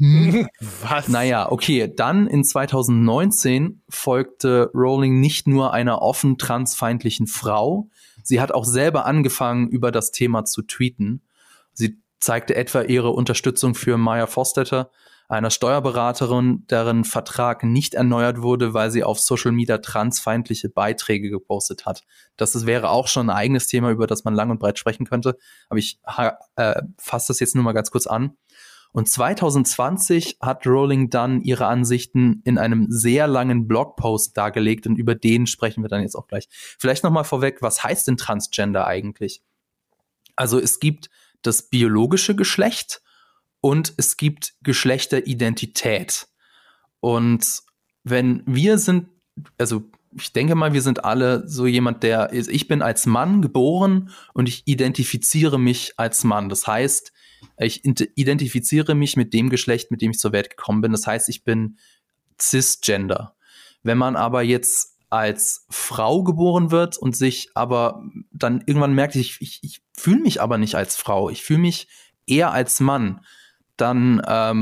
Was? Naja, okay, dann in 2019 folgte Rowling nicht nur einer offen transfeindlichen Frau, Sie hat auch selber angefangen, über das Thema zu tweeten. Sie zeigte etwa ihre Unterstützung für Maya Forstater, einer Steuerberaterin, deren Vertrag nicht erneuert wurde, weil sie auf Social Media transfeindliche Beiträge gepostet hat. Das wäre auch schon ein eigenes Thema, über das man lang und breit sprechen könnte. Aber ich fasse das jetzt nur mal ganz kurz an. Und 2020 hat Rowling dann ihre Ansichten in einem sehr langen Blogpost dargelegt und über den sprechen wir dann jetzt auch gleich. Vielleicht noch mal vorweg, was heißt denn Transgender eigentlich? Also es gibt das biologische Geschlecht und es gibt Geschlechteridentität. Und wenn wir sind, also ich denke mal, wir sind alle so jemand, der ist, ich bin als Mann geboren und ich identifiziere mich als Mann. Das heißt, ich identifiziere mich mit dem Geschlecht, mit dem ich zur Welt gekommen bin. Das heißt, ich bin cisgender. Wenn man aber jetzt als Frau geboren wird und sich aber dann irgendwann merkt, ich fühle mich aber nicht als Frau, ich fühle mich eher als Mann, dann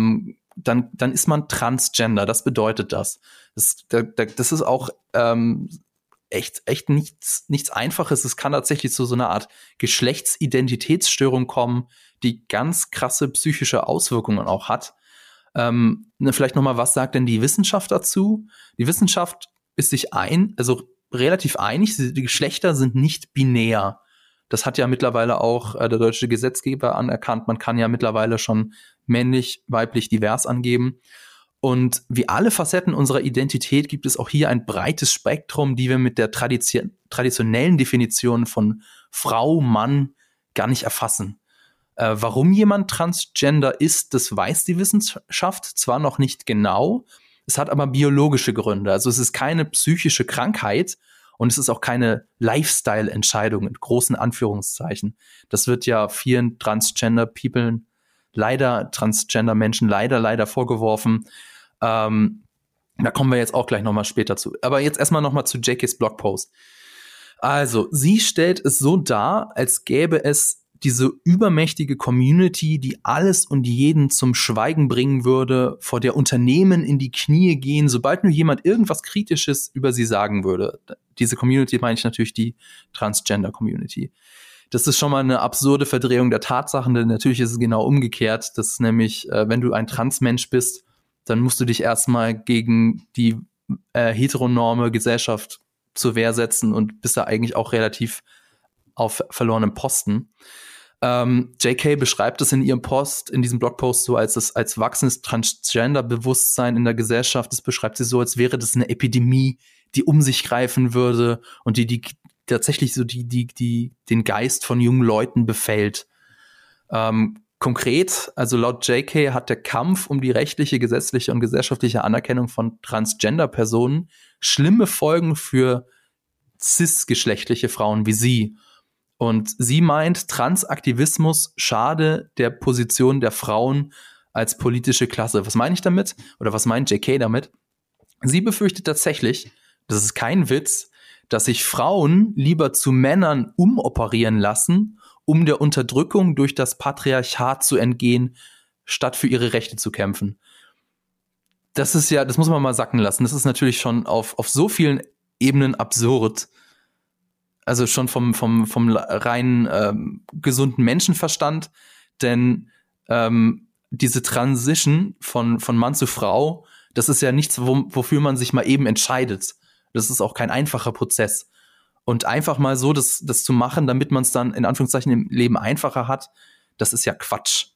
ist man transgender. Das bedeutet das. Das ist auch echt nichts Einfaches. Es kann tatsächlich zu so einer Art Geschlechtsidentitätsstörung kommen, die ganz krasse psychische Auswirkungen auch hat. Vielleicht noch mal, was sagt denn die Wissenschaft dazu? Die Wissenschaft ist sich relativ einig. Die Geschlechter sind nicht binär. Das hat ja mittlerweile auch der deutsche Gesetzgeber anerkannt. Man kann ja mittlerweile schon männlich, weiblich, divers angeben. Und wie alle Facetten unserer Identität gibt es auch hier ein breites Spektrum, die wir mit der traditionellen Definition von Frau, Mann gar nicht erfassen. Warum jemand transgender ist, das weiß die Wissenschaft zwar noch nicht genau, es hat aber biologische Gründe. Also es ist keine psychische Krankheit und es ist auch keine Lifestyle-Entscheidung in großen Anführungszeichen. Das wird ja vielen Transgender-Menschen leider vorgeworfen. Da kommen wir jetzt auch gleich nochmal später zu. Aber jetzt erstmal nochmal zu JKs Blogpost. Also, sie stellt es so dar, als gäbe es diese übermächtige Community, die alles und jeden zum Schweigen bringen würde, vor der Unternehmen in die Knie gehen, sobald nur jemand irgendwas Kritisches über sie sagen würde. Diese Community meine ich natürlich die Transgender-Community. Das ist schon mal eine absurde Verdrehung der Tatsachen, denn natürlich ist es genau umgekehrt, dass nämlich, wenn du ein Transmensch bist, dann musst du dich erstmal gegen die heteronorme Gesellschaft zur Wehr setzen und bist da eigentlich auch relativ auf verlorenem Posten. JK beschreibt es in diesem Blogpost so als wachsendes Transgender-Bewusstsein in der Gesellschaft. Das beschreibt sie so, als wäre das eine Epidemie, die um sich greifen würde und die tatsächlich so den Geist von jungen Leuten befällt. Konkret, also laut JK hat der Kampf um die rechtliche, gesetzliche und gesellschaftliche Anerkennung von Transgender-Personen schlimme Folgen für cisgeschlechtliche Frauen wie sie. Und sie meint, Transaktivismus schade der Position der Frauen als politische Klasse. Was meine ich damit? Oder was meint JK damit? Sie befürchtet tatsächlich, das ist kein Witz, dass sich Frauen lieber zu Männern umoperieren lassen, um der Unterdrückung durch das Patriarchat zu entgehen, statt für ihre Rechte zu kämpfen. Das muss man mal sacken lassen. Das ist natürlich schon auf so vielen Ebenen absurd. Also schon vom rein gesunden Menschenverstand, denn diese Transition von Mann zu Frau, das ist ja nichts, wofür man sich mal eben entscheidet. Das ist auch kein einfacher Prozess. Und einfach mal so das zu machen, damit man es dann in Anführungszeichen im Leben einfacher hat, das ist ja Quatsch.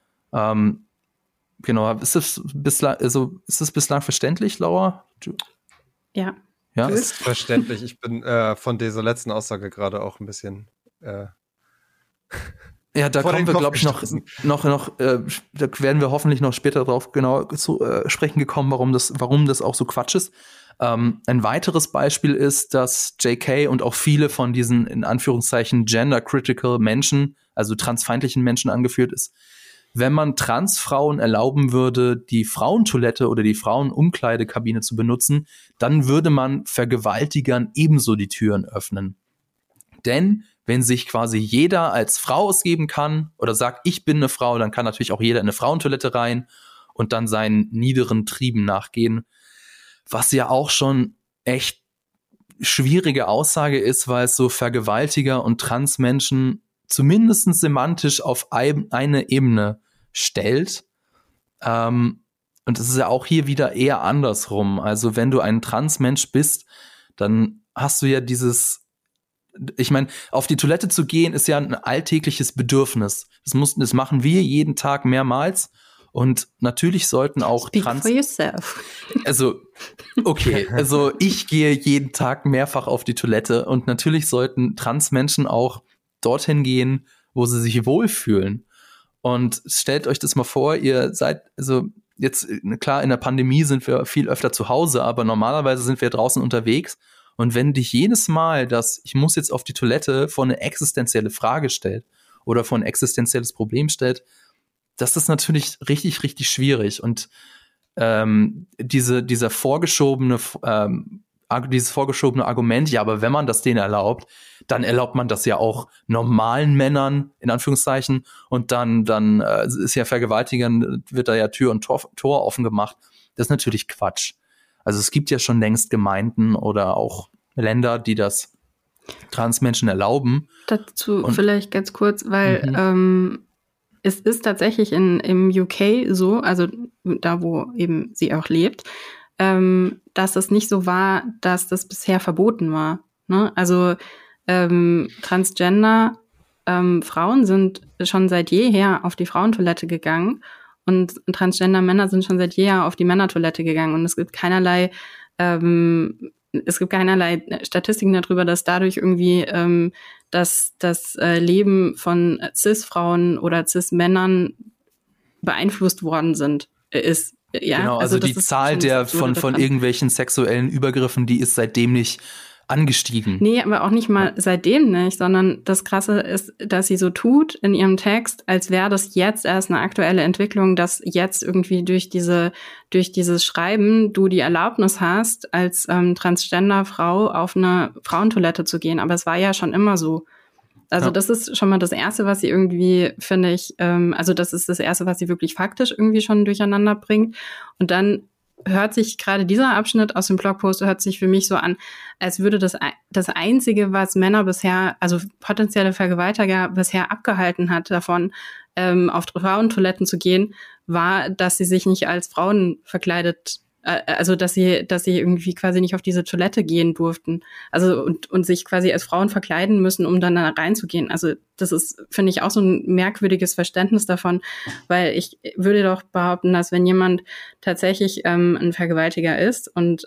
Genau, ist es bislang verständlich, Laura? Ja. Ja, ist verständlich. Ich bin von dieser letzten Aussage gerade auch ein bisschen ja, da kommen wir, glaube ich, noch da werden wir hoffentlich noch später drauf genau zu sprechen gekommen, warum das auch so Quatsch ist. Ein weiteres Beispiel ist, dass JK und auch viele von diesen in Anführungszeichen gender-critical Menschen, also transfeindlichen Menschen angeführt ist, wenn man Transfrauen erlauben würde, die Frauentoilette oder die Frauenumkleidekabine zu benutzen, dann würde man Vergewaltigern ebenso die Türen öffnen. Denn wenn sich quasi jeder als Frau ausgeben kann oder sagt, ich bin eine Frau, dann kann natürlich auch jeder in eine Frauentoilette rein und dann seinen niederen Trieben nachgehen. Was ja auch schon echt schwierige Aussage ist, weil es so Vergewaltiger und Transmenschen zumindest semantisch auf eine Ebene stellt. Und es ist ja auch hier wieder eher andersrum. Also wenn du ein Transmensch bist, dann hast du ja ich meine, auf die Toilette zu gehen ist ja ein alltägliches Bedürfnis. Das machen wir jeden Tag mehrmals. Und natürlich sollten auch Speak for yourself. Also, okay, also ich gehe jeden Tag mehrfach auf die Toilette und natürlich sollten Transmenschen auch dorthin gehen, wo sie sich wohlfühlen. Und stellt euch das mal vor, ihr seid, also jetzt, klar, in der Pandemie sind wir viel öfter zu Hause, aber normalerweise sind wir draußen unterwegs. Und wenn dich jedes Mal ich muss jetzt auf die Toilette vor eine existenzielle Frage stellt oder vor ein existenzielles Problem stellt, das ist natürlich richtig, richtig schwierig. Und dieses vorgeschobene Argument, ja, aber wenn man das denen erlaubt, dann erlaubt man das ja auch normalen Männern, in Anführungszeichen, und dann ist ja Vergewaltigern, wird da ja Tür und Tor offen gemacht. Das ist natürlich Quatsch. Also es gibt ja schon längst Gemeinden oder auch Länder, die das Transmenschen erlauben. Dazu vielleicht ganz kurz, weil es ist tatsächlich im UK so, also da, wo eben sie auch lebt, dass es nicht so war, dass das bisher verboten war. Ne? Also Transgender Frauen sind schon seit jeher auf die Frauentoilette gegangen und Transgender-Männer sind schon seit jeher auf die Männertoilette gegangen. Und es gibt keinerlei Statistiken darüber, dass dadurch irgendwie das Leben von Cis-Frauen oder Cis-Männern beeinflusst worden ist. Ja, genau, also die Zahl von irgendwelchen sexuellen Übergriffen, die ist seitdem nicht angestiegen. Nee, aber auch nicht mal seitdem nicht, sondern das Krasse ist, dass sie so tut in ihrem Text, als wäre das jetzt erst eine aktuelle Entwicklung, dass jetzt irgendwie durch dieses Schreiben du die Erlaubnis hast, als Transgender-Frau auf eine Frauentoilette zu gehen. Aber es war ja schon immer so. Also das ist schon mal das Erste, was sie irgendwie, finde ich, das ist das Erste, was sie wirklich faktisch irgendwie schon durcheinander bringt. Und dann hört sich gerade dieser Abschnitt aus dem Blogpost hört sich für mich so an, als würde das Einzige, was Männer bisher, also potenzielle Vergewaltiger bisher abgehalten hat davon, auf Frauentoiletten zu gehen, war, dass sie sich nicht als Frauen verkleidet, also dass sie irgendwie quasi nicht auf diese Toilette gehen durften, also und sich quasi als Frauen verkleiden müssen, um dann da reinzugehen. Also das ist, finde ich, auch so ein merkwürdiges Verständnis davon, weil ich würde doch behaupten, dass wenn jemand tatsächlich ein Vergewaltiger ist und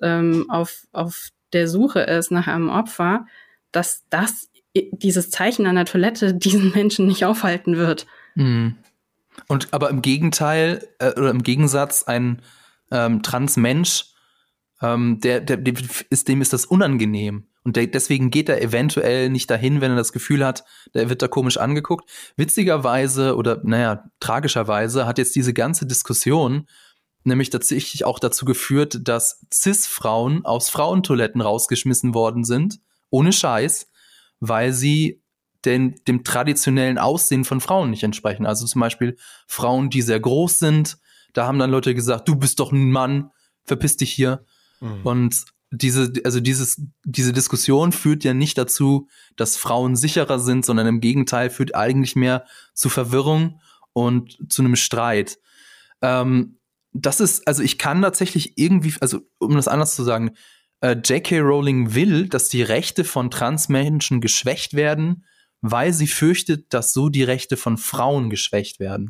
auf der Suche ist nach einem Opfer, dass dieses Zeichen an der Toilette diesen Menschen nicht aufhalten wird. Mhm. Und aber im Gegenteil oder im Gegensatz ein Transmensch, dem ist das unangenehm. Und deswegen geht er eventuell nicht dahin, wenn er das Gefühl hat, der wird da komisch angeguckt. Witzigerweise oder tragischerweise hat jetzt diese ganze Diskussion nämlich tatsächlich auch dazu geführt, dass Cis-Frauen aus Frauentoiletten rausgeschmissen worden sind, ohne Scheiß, weil sie dem traditionellen Aussehen von Frauen nicht entsprechen. Also zum Beispiel Frauen, die sehr groß sind. Da haben dann Leute gesagt, du bist doch ein Mann, verpiss dich hier. Mhm. Und diese Diskussion führt ja nicht dazu, dass Frauen sicherer sind, sondern im Gegenteil führt eigentlich mehr zu Verwirrung und zu einem Streit. Das ist, also ich kann tatsächlich irgendwie, also um das anders zu sagen, J.K. Rowling will, dass die Rechte von Transmenschen geschwächt werden, weil sie fürchtet, dass so die Rechte von Frauen geschwächt werden.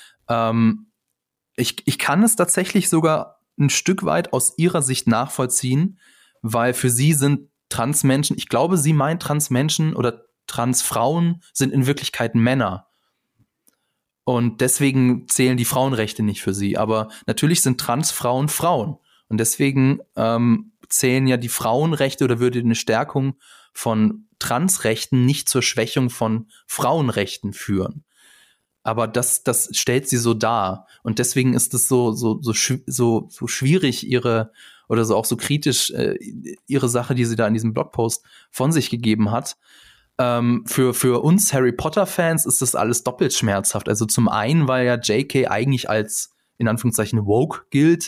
Ich kann es tatsächlich sogar ein Stück weit aus ihrer Sicht nachvollziehen, weil für sie sind Transmenschen, ich glaube, sie meint Transmenschen oder Transfrauen sind in Wirklichkeit Männer. Und deswegen zählen die Frauenrechte nicht für sie. Aber natürlich sind Transfrauen Frauen. Und deswegen zählen ja die Frauenrechte oder würde eine Stärkung von Transrechten nicht zur Schwächung von Frauenrechten führen. Aber das stellt sie so dar. Und deswegen ist es so schwierig, oder so auch so kritisch ihre Sache, die sie da in diesem Blogpost von sich gegeben hat. Für uns Harry Potter-Fans ist das alles doppelt schmerzhaft. Also zum einen, weil ja J.K. eigentlich als, in Anführungszeichen, woke gilt,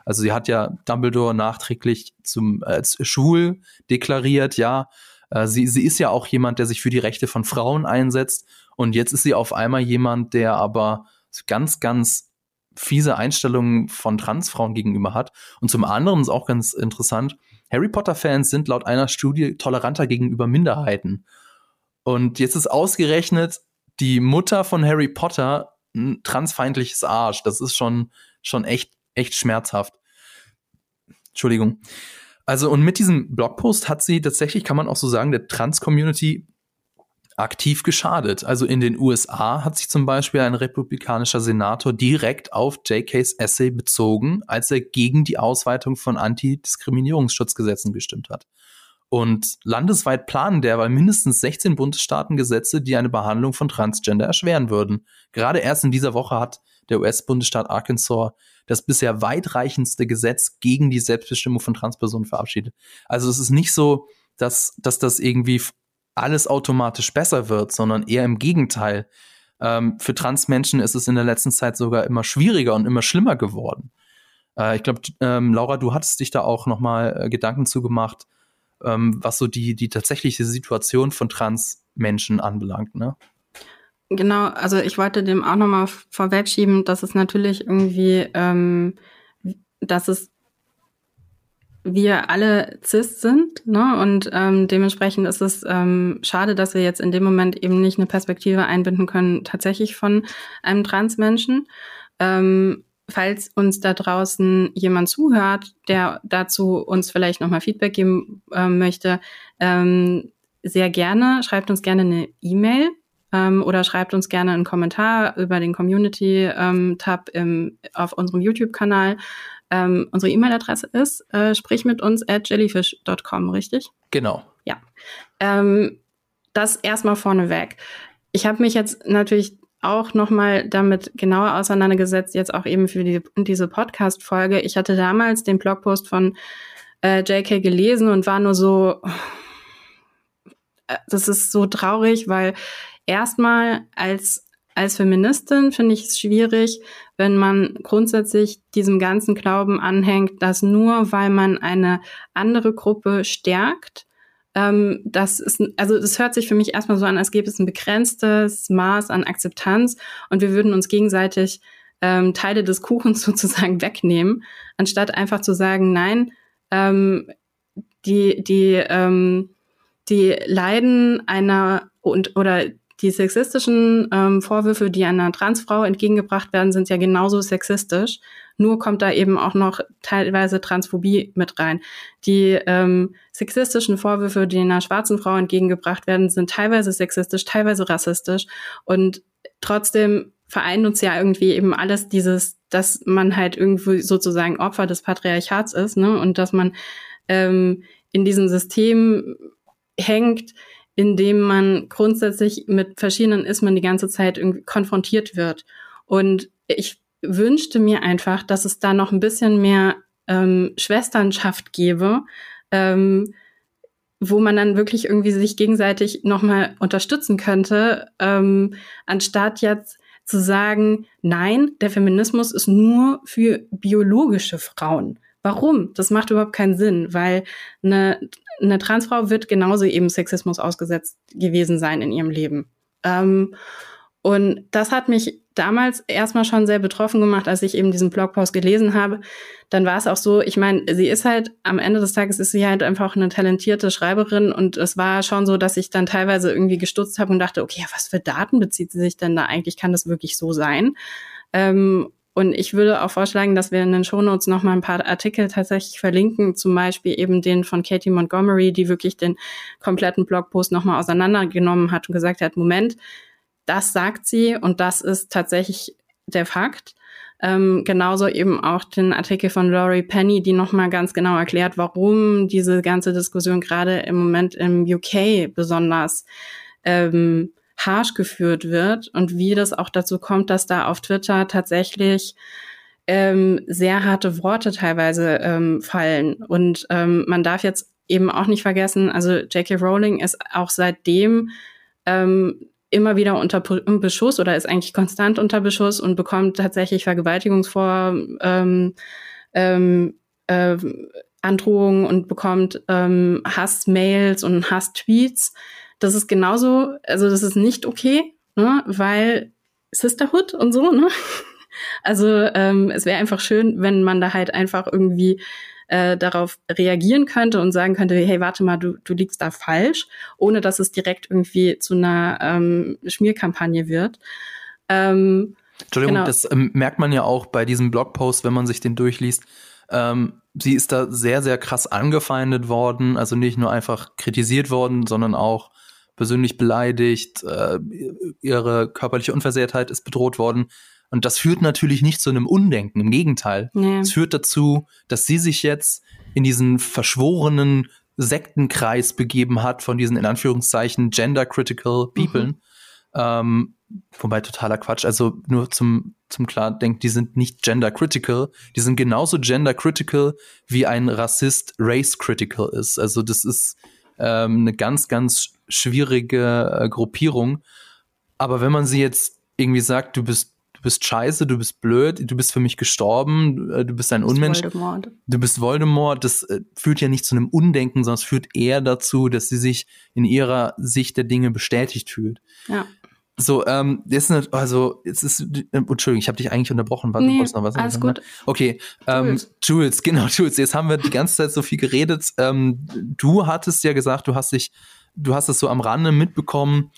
Also sie hat ja Dumbledore nachträglich als schwul deklariert, ja. Sie ist ja auch jemand, der sich für die Rechte von Frauen einsetzt. Und jetzt ist sie auf einmal jemand, der aber ganz, ganz fiese Einstellungen von Transfrauen gegenüber hat. Und zum anderen ist auch ganz interessant, Harry Potter-Fans sind laut einer Studie toleranter gegenüber Minderheiten. Und jetzt ist ausgerechnet die Mutter von Harry Potter ein transfeindliches Arsch. Das ist schon echt schmerzhaft. Entschuldigung. Also, und mit diesem Blogpost hat sie tatsächlich, kann man auch so sagen, der Trans-Community aktiv geschadet. Also in den USA hat sich zum Beispiel ein republikanischer Senator direkt auf JKs Essay bezogen, als er gegen die Ausweitung von Antidiskriminierungsschutzgesetzen gestimmt hat. Und landesweit planen derweil mindestens 16 Bundesstaaten Gesetze, die eine Behandlung von Transgender erschweren würden. Gerade erst in dieser Woche hat der US-Bundesstaat Arkansas das bisher weitreichendste Gesetz gegen die Selbstbestimmung von Transpersonen verabschiedet. Also es ist nicht so, dass das irgendwie alles automatisch besser wird, sondern eher im Gegenteil. Für Transmenschen ist es in der letzten Zeit sogar immer schwieriger und immer schlimmer geworden. Ich glaube, Laura, du hattest dich da auch noch mal Gedanken zugemacht, was so die tatsächliche Situation von Transmenschen anbelangt, ne? Genau, also ich wollte dem auch noch mal vorwegschieben, dass es natürlich irgendwie, dass es wir alle cis sind, ne? Und dementsprechend ist es schade, dass wir jetzt in dem Moment eben nicht eine Perspektive einbinden können, tatsächlich von einem Transmenschen. Falls uns da draußen jemand zuhört, der dazu uns vielleicht nochmal Feedback geben möchte, sehr gerne, schreibt uns gerne eine E-Mail oder schreibt uns gerne einen Kommentar über den Community-Tab auf unserem YouTube-Kanal. Unsere E-Mail-Adresse ist sprichmituns@jellyfish.com, richtig? Genau. Ja. Das erstmal vorneweg. Ich habe mich jetzt natürlich auch nochmal damit genauer auseinandergesetzt, jetzt auch eben für diese Podcast-Folge. Ich hatte damals den Blogpost von JK gelesen und war nur so, das ist so traurig, weil erstmal als Feministin finde ich es schwierig, wenn man grundsätzlich diesem ganzen Glauben anhängt, dass nur weil man eine andere Gruppe stärkt, das hört sich für mich erstmal so an, als gäbe es ein begrenztes Maß an Akzeptanz und wir würden uns gegenseitig Teile des Kuchens sozusagen wegnehmen, anstatt einfach zu sagen, nein, die Leiden oder die sexistischen Vorwürfe, die einer Transfrau entgegengebracht werden, sind ja genauso sexistisch. Nur kommt da eben auch noch teilweise Transphobie mit rein. Die sexistischen Vorwürfe, die einer schwarzen Frau entgegengebracht werden, sind teilweise sexistisch, teilweise rassistisch. Und trotzdem vereint uns ja irgendwie eben alles dass man halt irgendwie sozusagen Opfer des Patriarchats ist, ne? Und dass man in diesem System hängt, indem man grundsätzlich mit verschiedenen Ismen die ganze Zeit irgendwie konfrontiert wird. Und ich wünschte mir einfach, dass es da noch ein bisschen mehr Schwesternschaft gäbe, wo man dann wirklich irgendwie sich gegenseitig nochmal unterstützen könnte, anstatt jetzt zu sagen, nein, der Feminismus ist nur für biologische Frauen. Warum? Das macht überhaupt keinen Sinn, weil eine Transfrau wird genauso eben Sexismus ausgesetzt gewesen sein in ihrem Leben. Und das hat mich damals erstmal schon sehr betroffen gemacht, als ich eben diesen Blogpost gelesen habe. Dann war es auch so, ich meine, sie ist halt, am Ende des Tages ist sie halt einfach eine talentierte Schreiberin und es war schon so, dass ich dann teilweise irgendwie gestutzt habe und dachte, okay, auf was für Daten bezieht sie sich denn da eigentlich? Kann das wirklich so sein? Und ich würde auch vorschlagen, dass wir in den Shownotes noch mal ein paar Artikel tatsächlich verlinken, zum Beispiel eben den von Katie Montgomery, die wirklich den kompletten Blogpost noch mal auseinandergenommen hat und gesagt hat, Moment, das sagt sie und das ist tatsächlich der Fakt. Genauso eben auch den Artikel von Laurie Penny, die noch mal ganz genau erklärt, warum diese ganze Diskussion gerade im Moment im UK besonders harsch geführt wird und wie das auch dazu kommt, dass da auf Twitter tatsächlich sehr harte Worte teilweise fallen. Und man darf jetzt eben auch nicht vergessen, also J.K. Rowling ist auch seitdem immer wieder unter Beschuss oder ist eigentlich konstant unter Beschuss und bekommt tatsächlich Vergewaltigungsvorwürfe Androhungen und bekommt Hassmails und Hasstweets. Das ist genauso, also das ist nicht okay, ne? Weil Sisterhood und so, ne? Also es wäre einfach schön, wenn man da halt einfach irgendwie darauf reagieren könnte und sagen könnte, hey, warte mal, du liegst da falsch, ohne dass es direkt irgendwie zu einer Schmierkampagne wird. Entschuldigung, genau. Das merkt man ja auch bei diesem Blogpost, wenn man sich den durchliest. Sie ist da sehr, sehr krass angefeindet worden, also nicht nur einfach kritisiert worden, sondern auch persönlich beleidigt, ihre körperliche Unversehrtheit ist bedroht worden. Und das führt natürlich nicht zu einem Undenken, im Gegenteil. Nee. Es führt dazu, dass sie sich jetzt in diesen verschworenen Sektenkreis begeben hat von diesen, in Anführungszeichen, gender-critical People. Wobei totaler Quatsch. Also nur zum Klardenken, die sind nicht gender-critical. Die sind genauso gender-critical, wie ein Rassist race-critical ist. Also das ist eine ganz, ganz schwierige Gruppierung. Aber wenn man sie jetzt irgendwie sagt, du bist scheiße, du bist blöd, du bist für mich gestorben, du bist ein Unmensch. Voldemort. Du bist Voldemort. Das führt ja nicht zu einem Undenken, sondern es führt eher dazu, dass sie sich in ihrer Sicht der Dinge bestätigt fühlt. Ja. So, Entschuldigung, ich habe dich eigentlich unterbrochen. Warte, Nee, du wolltest noch was alles sagen, ne? gut. Okay, Jules. Jetzt haben wir die ganze Zeit so viel geredet. Du hattest ja gesagt, du hast es so am Rande mitbekommen.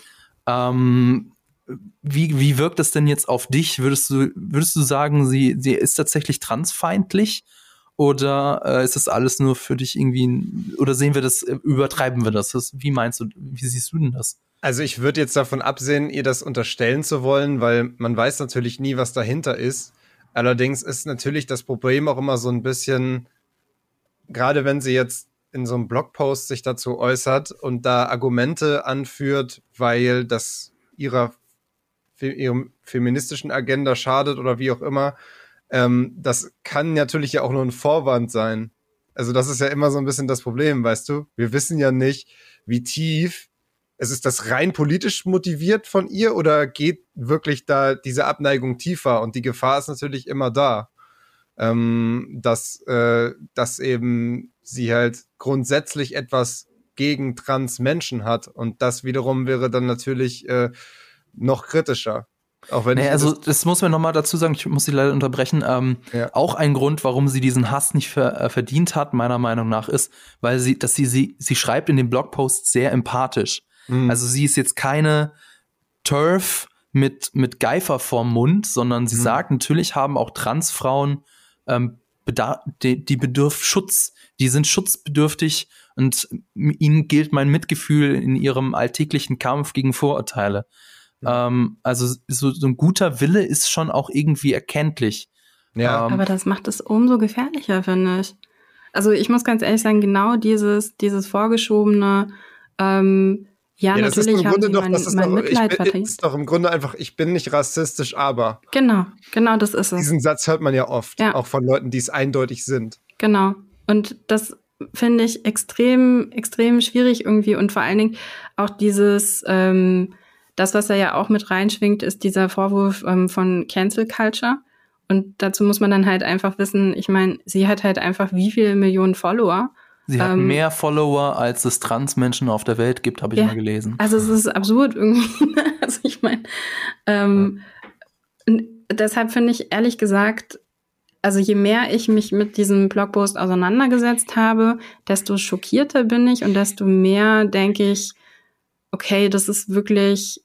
Wie wirkt das denn jetzt auf dich? Würdest du sagen, sie ist tatsächlich transfeindlich? Oder ist das alles nur für dich irgendwie, oder sehen wir das, übertreiben wir das? Wie meinst du, wie siehst du denn das? Also ich würde jetzt davon absehen, ihr das unterstellen zu wollen, weil man weiß natürlich nie, was dahinter ist. Allerdings ist natürlich das Problem auch immer so ein bisschen, gerade wenn sie jetzt in so einem Blogpost sich dazu äußert und da Argumente anführt, weil das ihrer feministischen Agenda schadet oder wie auch immer, das kann natürlich ja auch nur ein Vorwand sein. Also das ist ja immer so ein bisschen das Problem, weißt du? Wir wissen ja nicht, wie tief, ist das rein politisch motiviert von ihr oder geht wirklich da diese Abneigung tiefer? Und die Gefahr ist natürlich immer da, dass eben sie halt grundsätzlich etwas gegen Trans-Menschen hat. Und das wiederum wäre dann natürlich noch kritischer. Auch wenn das muss man nochmal dazu sagen, ich muss sie leider unterbrechen. Auch ein Grund, warum sie diesen Hass nicht verdient hat, meiner Meinung nach, ist, weil sie schreibt in dem Blogpost sehr empathisch. Also sie ist jetzt keine TERF mit Geifer vorm Mund, sondern sie sagt, natürlich haben auch Transfrauen die bedürfen Schutz, die sind schutzbedürftig und ihnen gilt mein Mitgefühl in ihrem alltäglichen Kampf gegen Vorurteile. Also so ein guter Wille ist schon auch irgendwie erkenntlich. Ja. Aber das macht es umso gefährlicher, finde ich. Also ich muss ganz ehrlich sagen, genau dieses vorgeschobene, ja, natürlich haben sie mein Mitleid verdient. Das ist doch im Grunde einfach, ich bin nicht rassistisch, aber. Genau, das ist es. Diesen Satz hört man ja oft, auch von Leuten, die es eindeutig sind. Genau. Und das finde ich extrem, extrem schwierig irgendwie. Und vor allen Dingen auch dieses, das, was da ja auch mit reinschwingt, ist dieser Vorwurf von Cancel Culture. Und dazu muss man dann halt einfach wissen, ich meine, sie hat halt einfach wie viele Millionen Follower. Sie hat mehr Follower, als es Transmenschen auf der Welt gibt, habe ich mal gelesen. Also es ist absurd irgendwie. Also ich meine, deshalb finde ich ehrlich gesagt, also je mehr ich mich mit diesem Blogpost auseinandergesetzt habe, desto schockierter bin ich und desto mehr denke ich, okay, das ist wirklich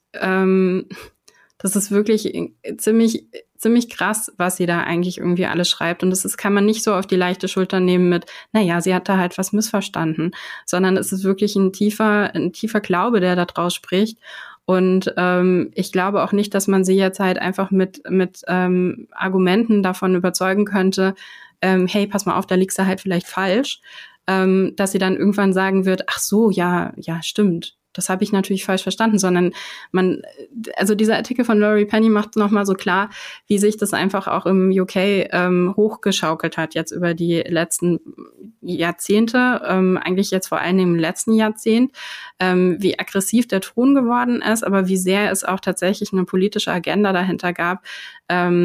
ziemlich krass, was sie da eigentlich irgendwie alles schreibt. Und das kann man nicht so auf die leichte Schulter nehmen mit, naja, sie hat da halt was missverstanden, sondern es ist wirklich ein tiefer Glaube, der da draus spricht. Und ich glaube auch nicht, dass man sie jetzt halt einfach mit Argumenten davon überzeugen könnte, hey, pass mal auf, da liegst du halt vielleicht falsch, dass sie dann irgendwann sagen wird, ach so, ja, stimmt. Das habe ich natürlich falsch verstanden, sondern also dieser Artikel von Laurie Penny macht nochmal so klar, wie sich das einfach auch im UK hochgeschaukelt hat jetzt über die letzten Jahrzehnte, eigentlich jetzt vor allem im letzten Jahrzehnt, wie aggressiv der Ton geworden ist, aber wie sehr es auch tatsächlich eine politische Agenda dahinter gab,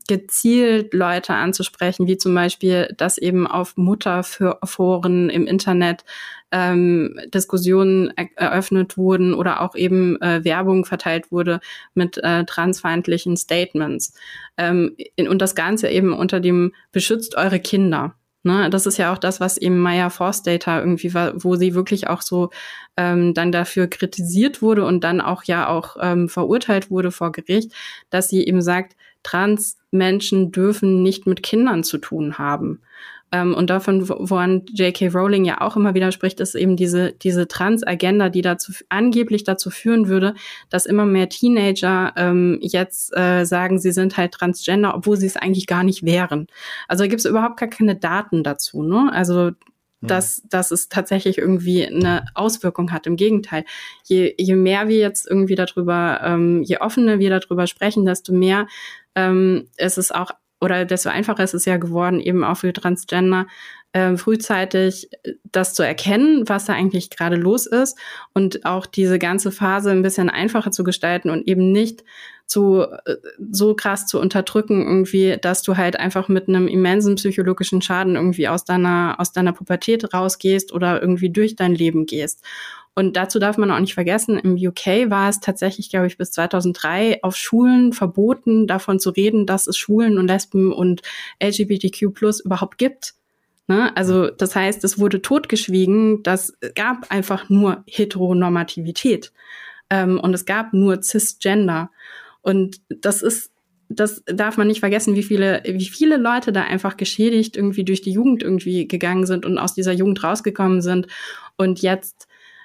gezielt Leute anzusprechen, wie zum Beispiel, dass eben auf Mutterforen im Internet Diskussionen eröffnet wurden oder auch eben Werbung verteilt wurde mit transfeindlichen Statements. Und das Ganze eben unter dem beschützt eure Kinder. Ne, das ist ja auch das, was eben Maya Forstater irgendwie war, wo sie wirklich auch so dann dafür kritisiert wurde und dann auch verurteilt wurde vor Gericht, dass sie eben sagt, Transmenschen dürfen nicht mit Kindern zu tun haben. Und davon, woran J.K. Rowling ja auch immer wieder spricht, ist eben diese Trans-Agenda, die angeblich dazu führen würde, dass immer mehr Teenager jetzt sagen, sie sind halt Transgender, obwohl sie es eigentlich gar nicht wären. Also da gibt es überhaupt gar keine Daten dazu, ne? Also dass es tatsächlich irgendwie eine Auswirkung hat. Im Gegenteil, je mehr wir jetzt irgendwie darüber, je offener wir darüber sprechen, desto mehr ist es auch, oder desto einfacher ist es ja geworden, eben auch für Transgender frühzeitig das zu erkennen, was da eigentlich gerade los ist und auch diese ganze Phase ein bisschen einfacher zu gestalten und eben nicht so krass zu unterdrücken irgendwie, dass du halt einfach mit einem immensen psychologischen Schaden irgendwie aus deiner Pubertät rausgehst oder irgendwie durch dein Leben gehst. Und dazu darf man auch nicht vergessen, im UK war es tatsächlich, glaube ich, bis 2003 auf Schulen verboten, davon zu reden, dass es Schwulen und Lesben und LGBTQ+ überhaupt gibt. Ne? Also das heißt, es wurde totgeschwiegen, das gab einfach nur Heteronormativität und es gab nur Cisgender. Und das darf man nicht vergessen, wie viele Leute da einfach geschädigt irgendwie durch die Jugend irgendwie gegangen sind und aus dieser Jugend rausgekommen sind und jetzt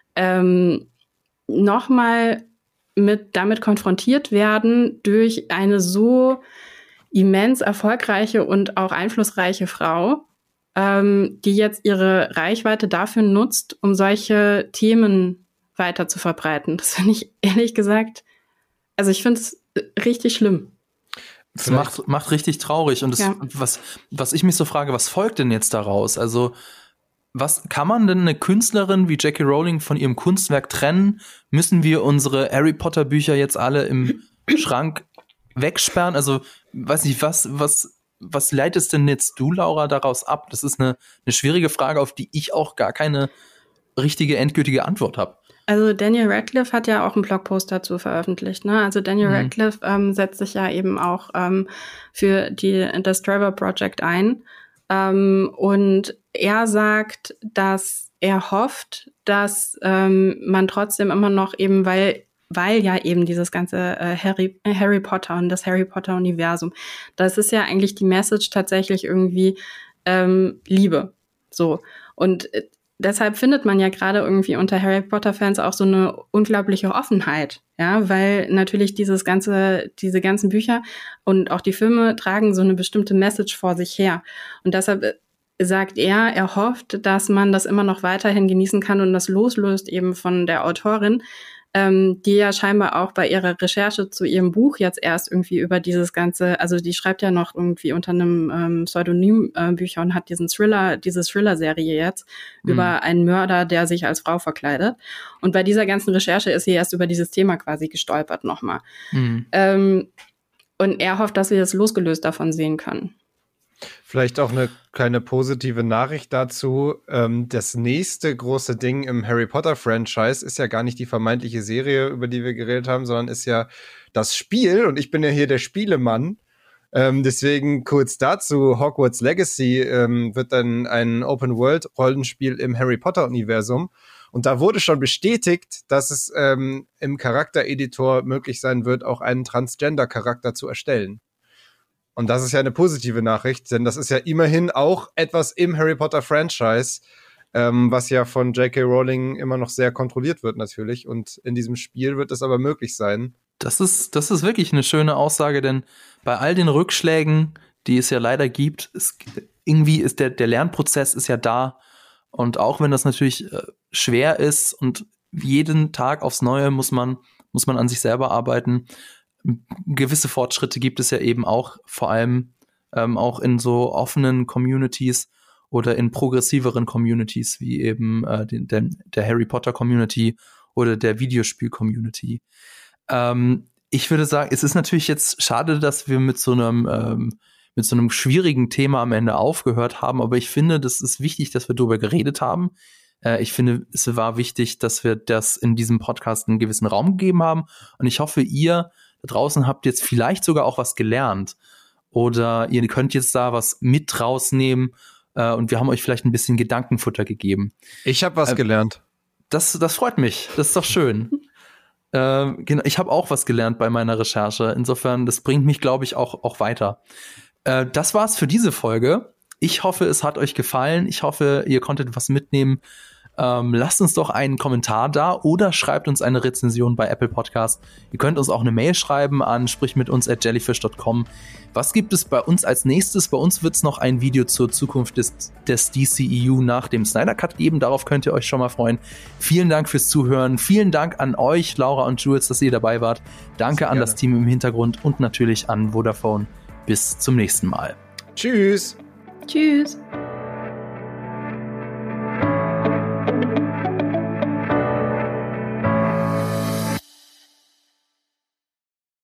nochmal damit konfrontiert werden durch eine so immens erfolgreiche und auch einflussreiche Frau, die jetzt ihre Reichweite dafür nutzt, um solche Themen weiter zu verbreiten. Das finde ich ehrlich gesagt, also ich finde es richtig schlimm. Das macht richtig traurig. Und was ich mich so frage, was folgt denn jetzt daraus? Also was kann man denn eine Künstlerin wie J.K. Rowling von ihrem Kunstwerk trennen? Müssen wir unsere Harry Potter Bücher jetzt alle im Schrank wegsperren? Also, weiß nicht, was leitest denn jetzt du, Laura, daraus ab? Das ist eine schwierige Frage, auf die ich auch gar keine richtige, endgültige Antwort habe. Also Daniel Radcliffe hat ja auch einen Blogpost dazu veröffentlicht, ne? Also Daniel Radcliffe setzt sich ja eben auch für das Trevor Project ein. Und er sagt, dass er hofft, dass man trotzdem immer noch eben, weil ja eben dieses ganze Harry Potter und das Harry Potter Universum, das ist ja eigentlich die Message tatsächlich irgendwie Liebe. So. Und deshalb findet man ja gerade irgendwie unter Harry Potter Fans auch so eine unglaubliche Offenheit, ja, weil natürlich diese ganzen Bücher und auch die Filme tragen so eine bestimmte Message vor sich her. Und deshalb sagt er hofft, dass man das immer noch weiterhin genießen kann und das loslöst eben von der Autorin, die ja scheinbar auch bei ihrer Recherche zu ihrem Buch jetzt erst irgendwie über dieses ganze, also die schreibt ja noch irgendwie unter einem Pseudonym Bücher und hat diese Thriller-Serie jetzt über einen Mörder, der sich als Frau verkleidet. Und bei dieser ganzen Recherche ist sie erst über dieses Thema quasi gestolpert nochmal. Und er hofft, dass wir das losgelöst davon sehen können. Vielleicht auch eine kleine positive Nachricht dazu. Das nächste große Ding im Harry Potter-Franchise ist ja gar nicht die vermeintliche Serie, über die wir geredet haben, sondern ist ja das Spiel. Und ich bin ja hier der Spielemann. Deswegen kurz dazu, Hogwarts Legacy wird dann ein Open-World-Rollenspiel im Harry Potter-Universum. Und da wurde schon bestätigt, dass es im Charaktereditor möglich sein wird, auch einen Transgender-Charakter zu erstellen. Und das ist ja eine positive Nachricht, denn das ist ja immerhin auch etwas im Harry Potter Franchise, was ja von J.K. Rowling immer noch sehr kontrolliert wird natürlich. Und in diesem Spiel wird es aber möglich sein. Das ist wirklich eine schöne Aussage, denn bei all den Rückschlägen, die es ja leider gibt, irgendwie ist der Lernprozess ist ja da. Und auch wenn das natürlich schwer ist und jeden Tag aufs Neue muss man an sich selber arbeiten, gewisse Fortschritte gibt es ja eben auch, vor allem auch in so offenen Communities oder in progressiveren Communities, wie eben der Harry Potter Community oder der Videospiel Community. ich würde sagen, es ist natürlich jetzt schade, dass wir mit so einem schwierigen Thema am Ende aufgehört haben, aber ich finde, das ist wichtig, dass wir darüber geredet haben. Ich finde, es war wichtig, dass wir das in diesem Podcast einen gewissen Raum gegeben haben. Und ich hoffe, ihr da draußen habt jetzt vielleicht sogar auch was gelernt. Oder ihr könnt jetzt da was mit rausnehmen. Und wir haben euch vielleicht ein bisschen Gedankenfutter gegeben. Ich habe was gelernt. Das freut mich. Das ist doch schön. Genau, ich habe auch was gelernt bei meiner Recherche. Insofern, das bringt mich, glaube ich, auch weiter. Das war's für diese Folge. Ich hoffe, es hat euch gefallen. Ich hoffe, ihr konntet was mitnehmen. Lasst uns doch einen Kommentar da oder schreibt uns eine Rezension bei Apple Podcast. Ihr könnt uns auch eine Mail schreiben an sprichmitunz@jellyfish.com. Was gibt es bei uns als nächstes? Bei uns wird es noch ein Video zur Zukunft des DCEU nach dem Snyder Cut geben. Darauf könnt ihr euch schon mal freuen. Vielen Dank fürs Zuhören. Vielen Dank an euch, Laura und Jules, dass ihr dabei wart. Danke an das Team im Hintergrund und natürlich an Vodafone. Bis zum nächsten Mal. Tschüss. Tschüss.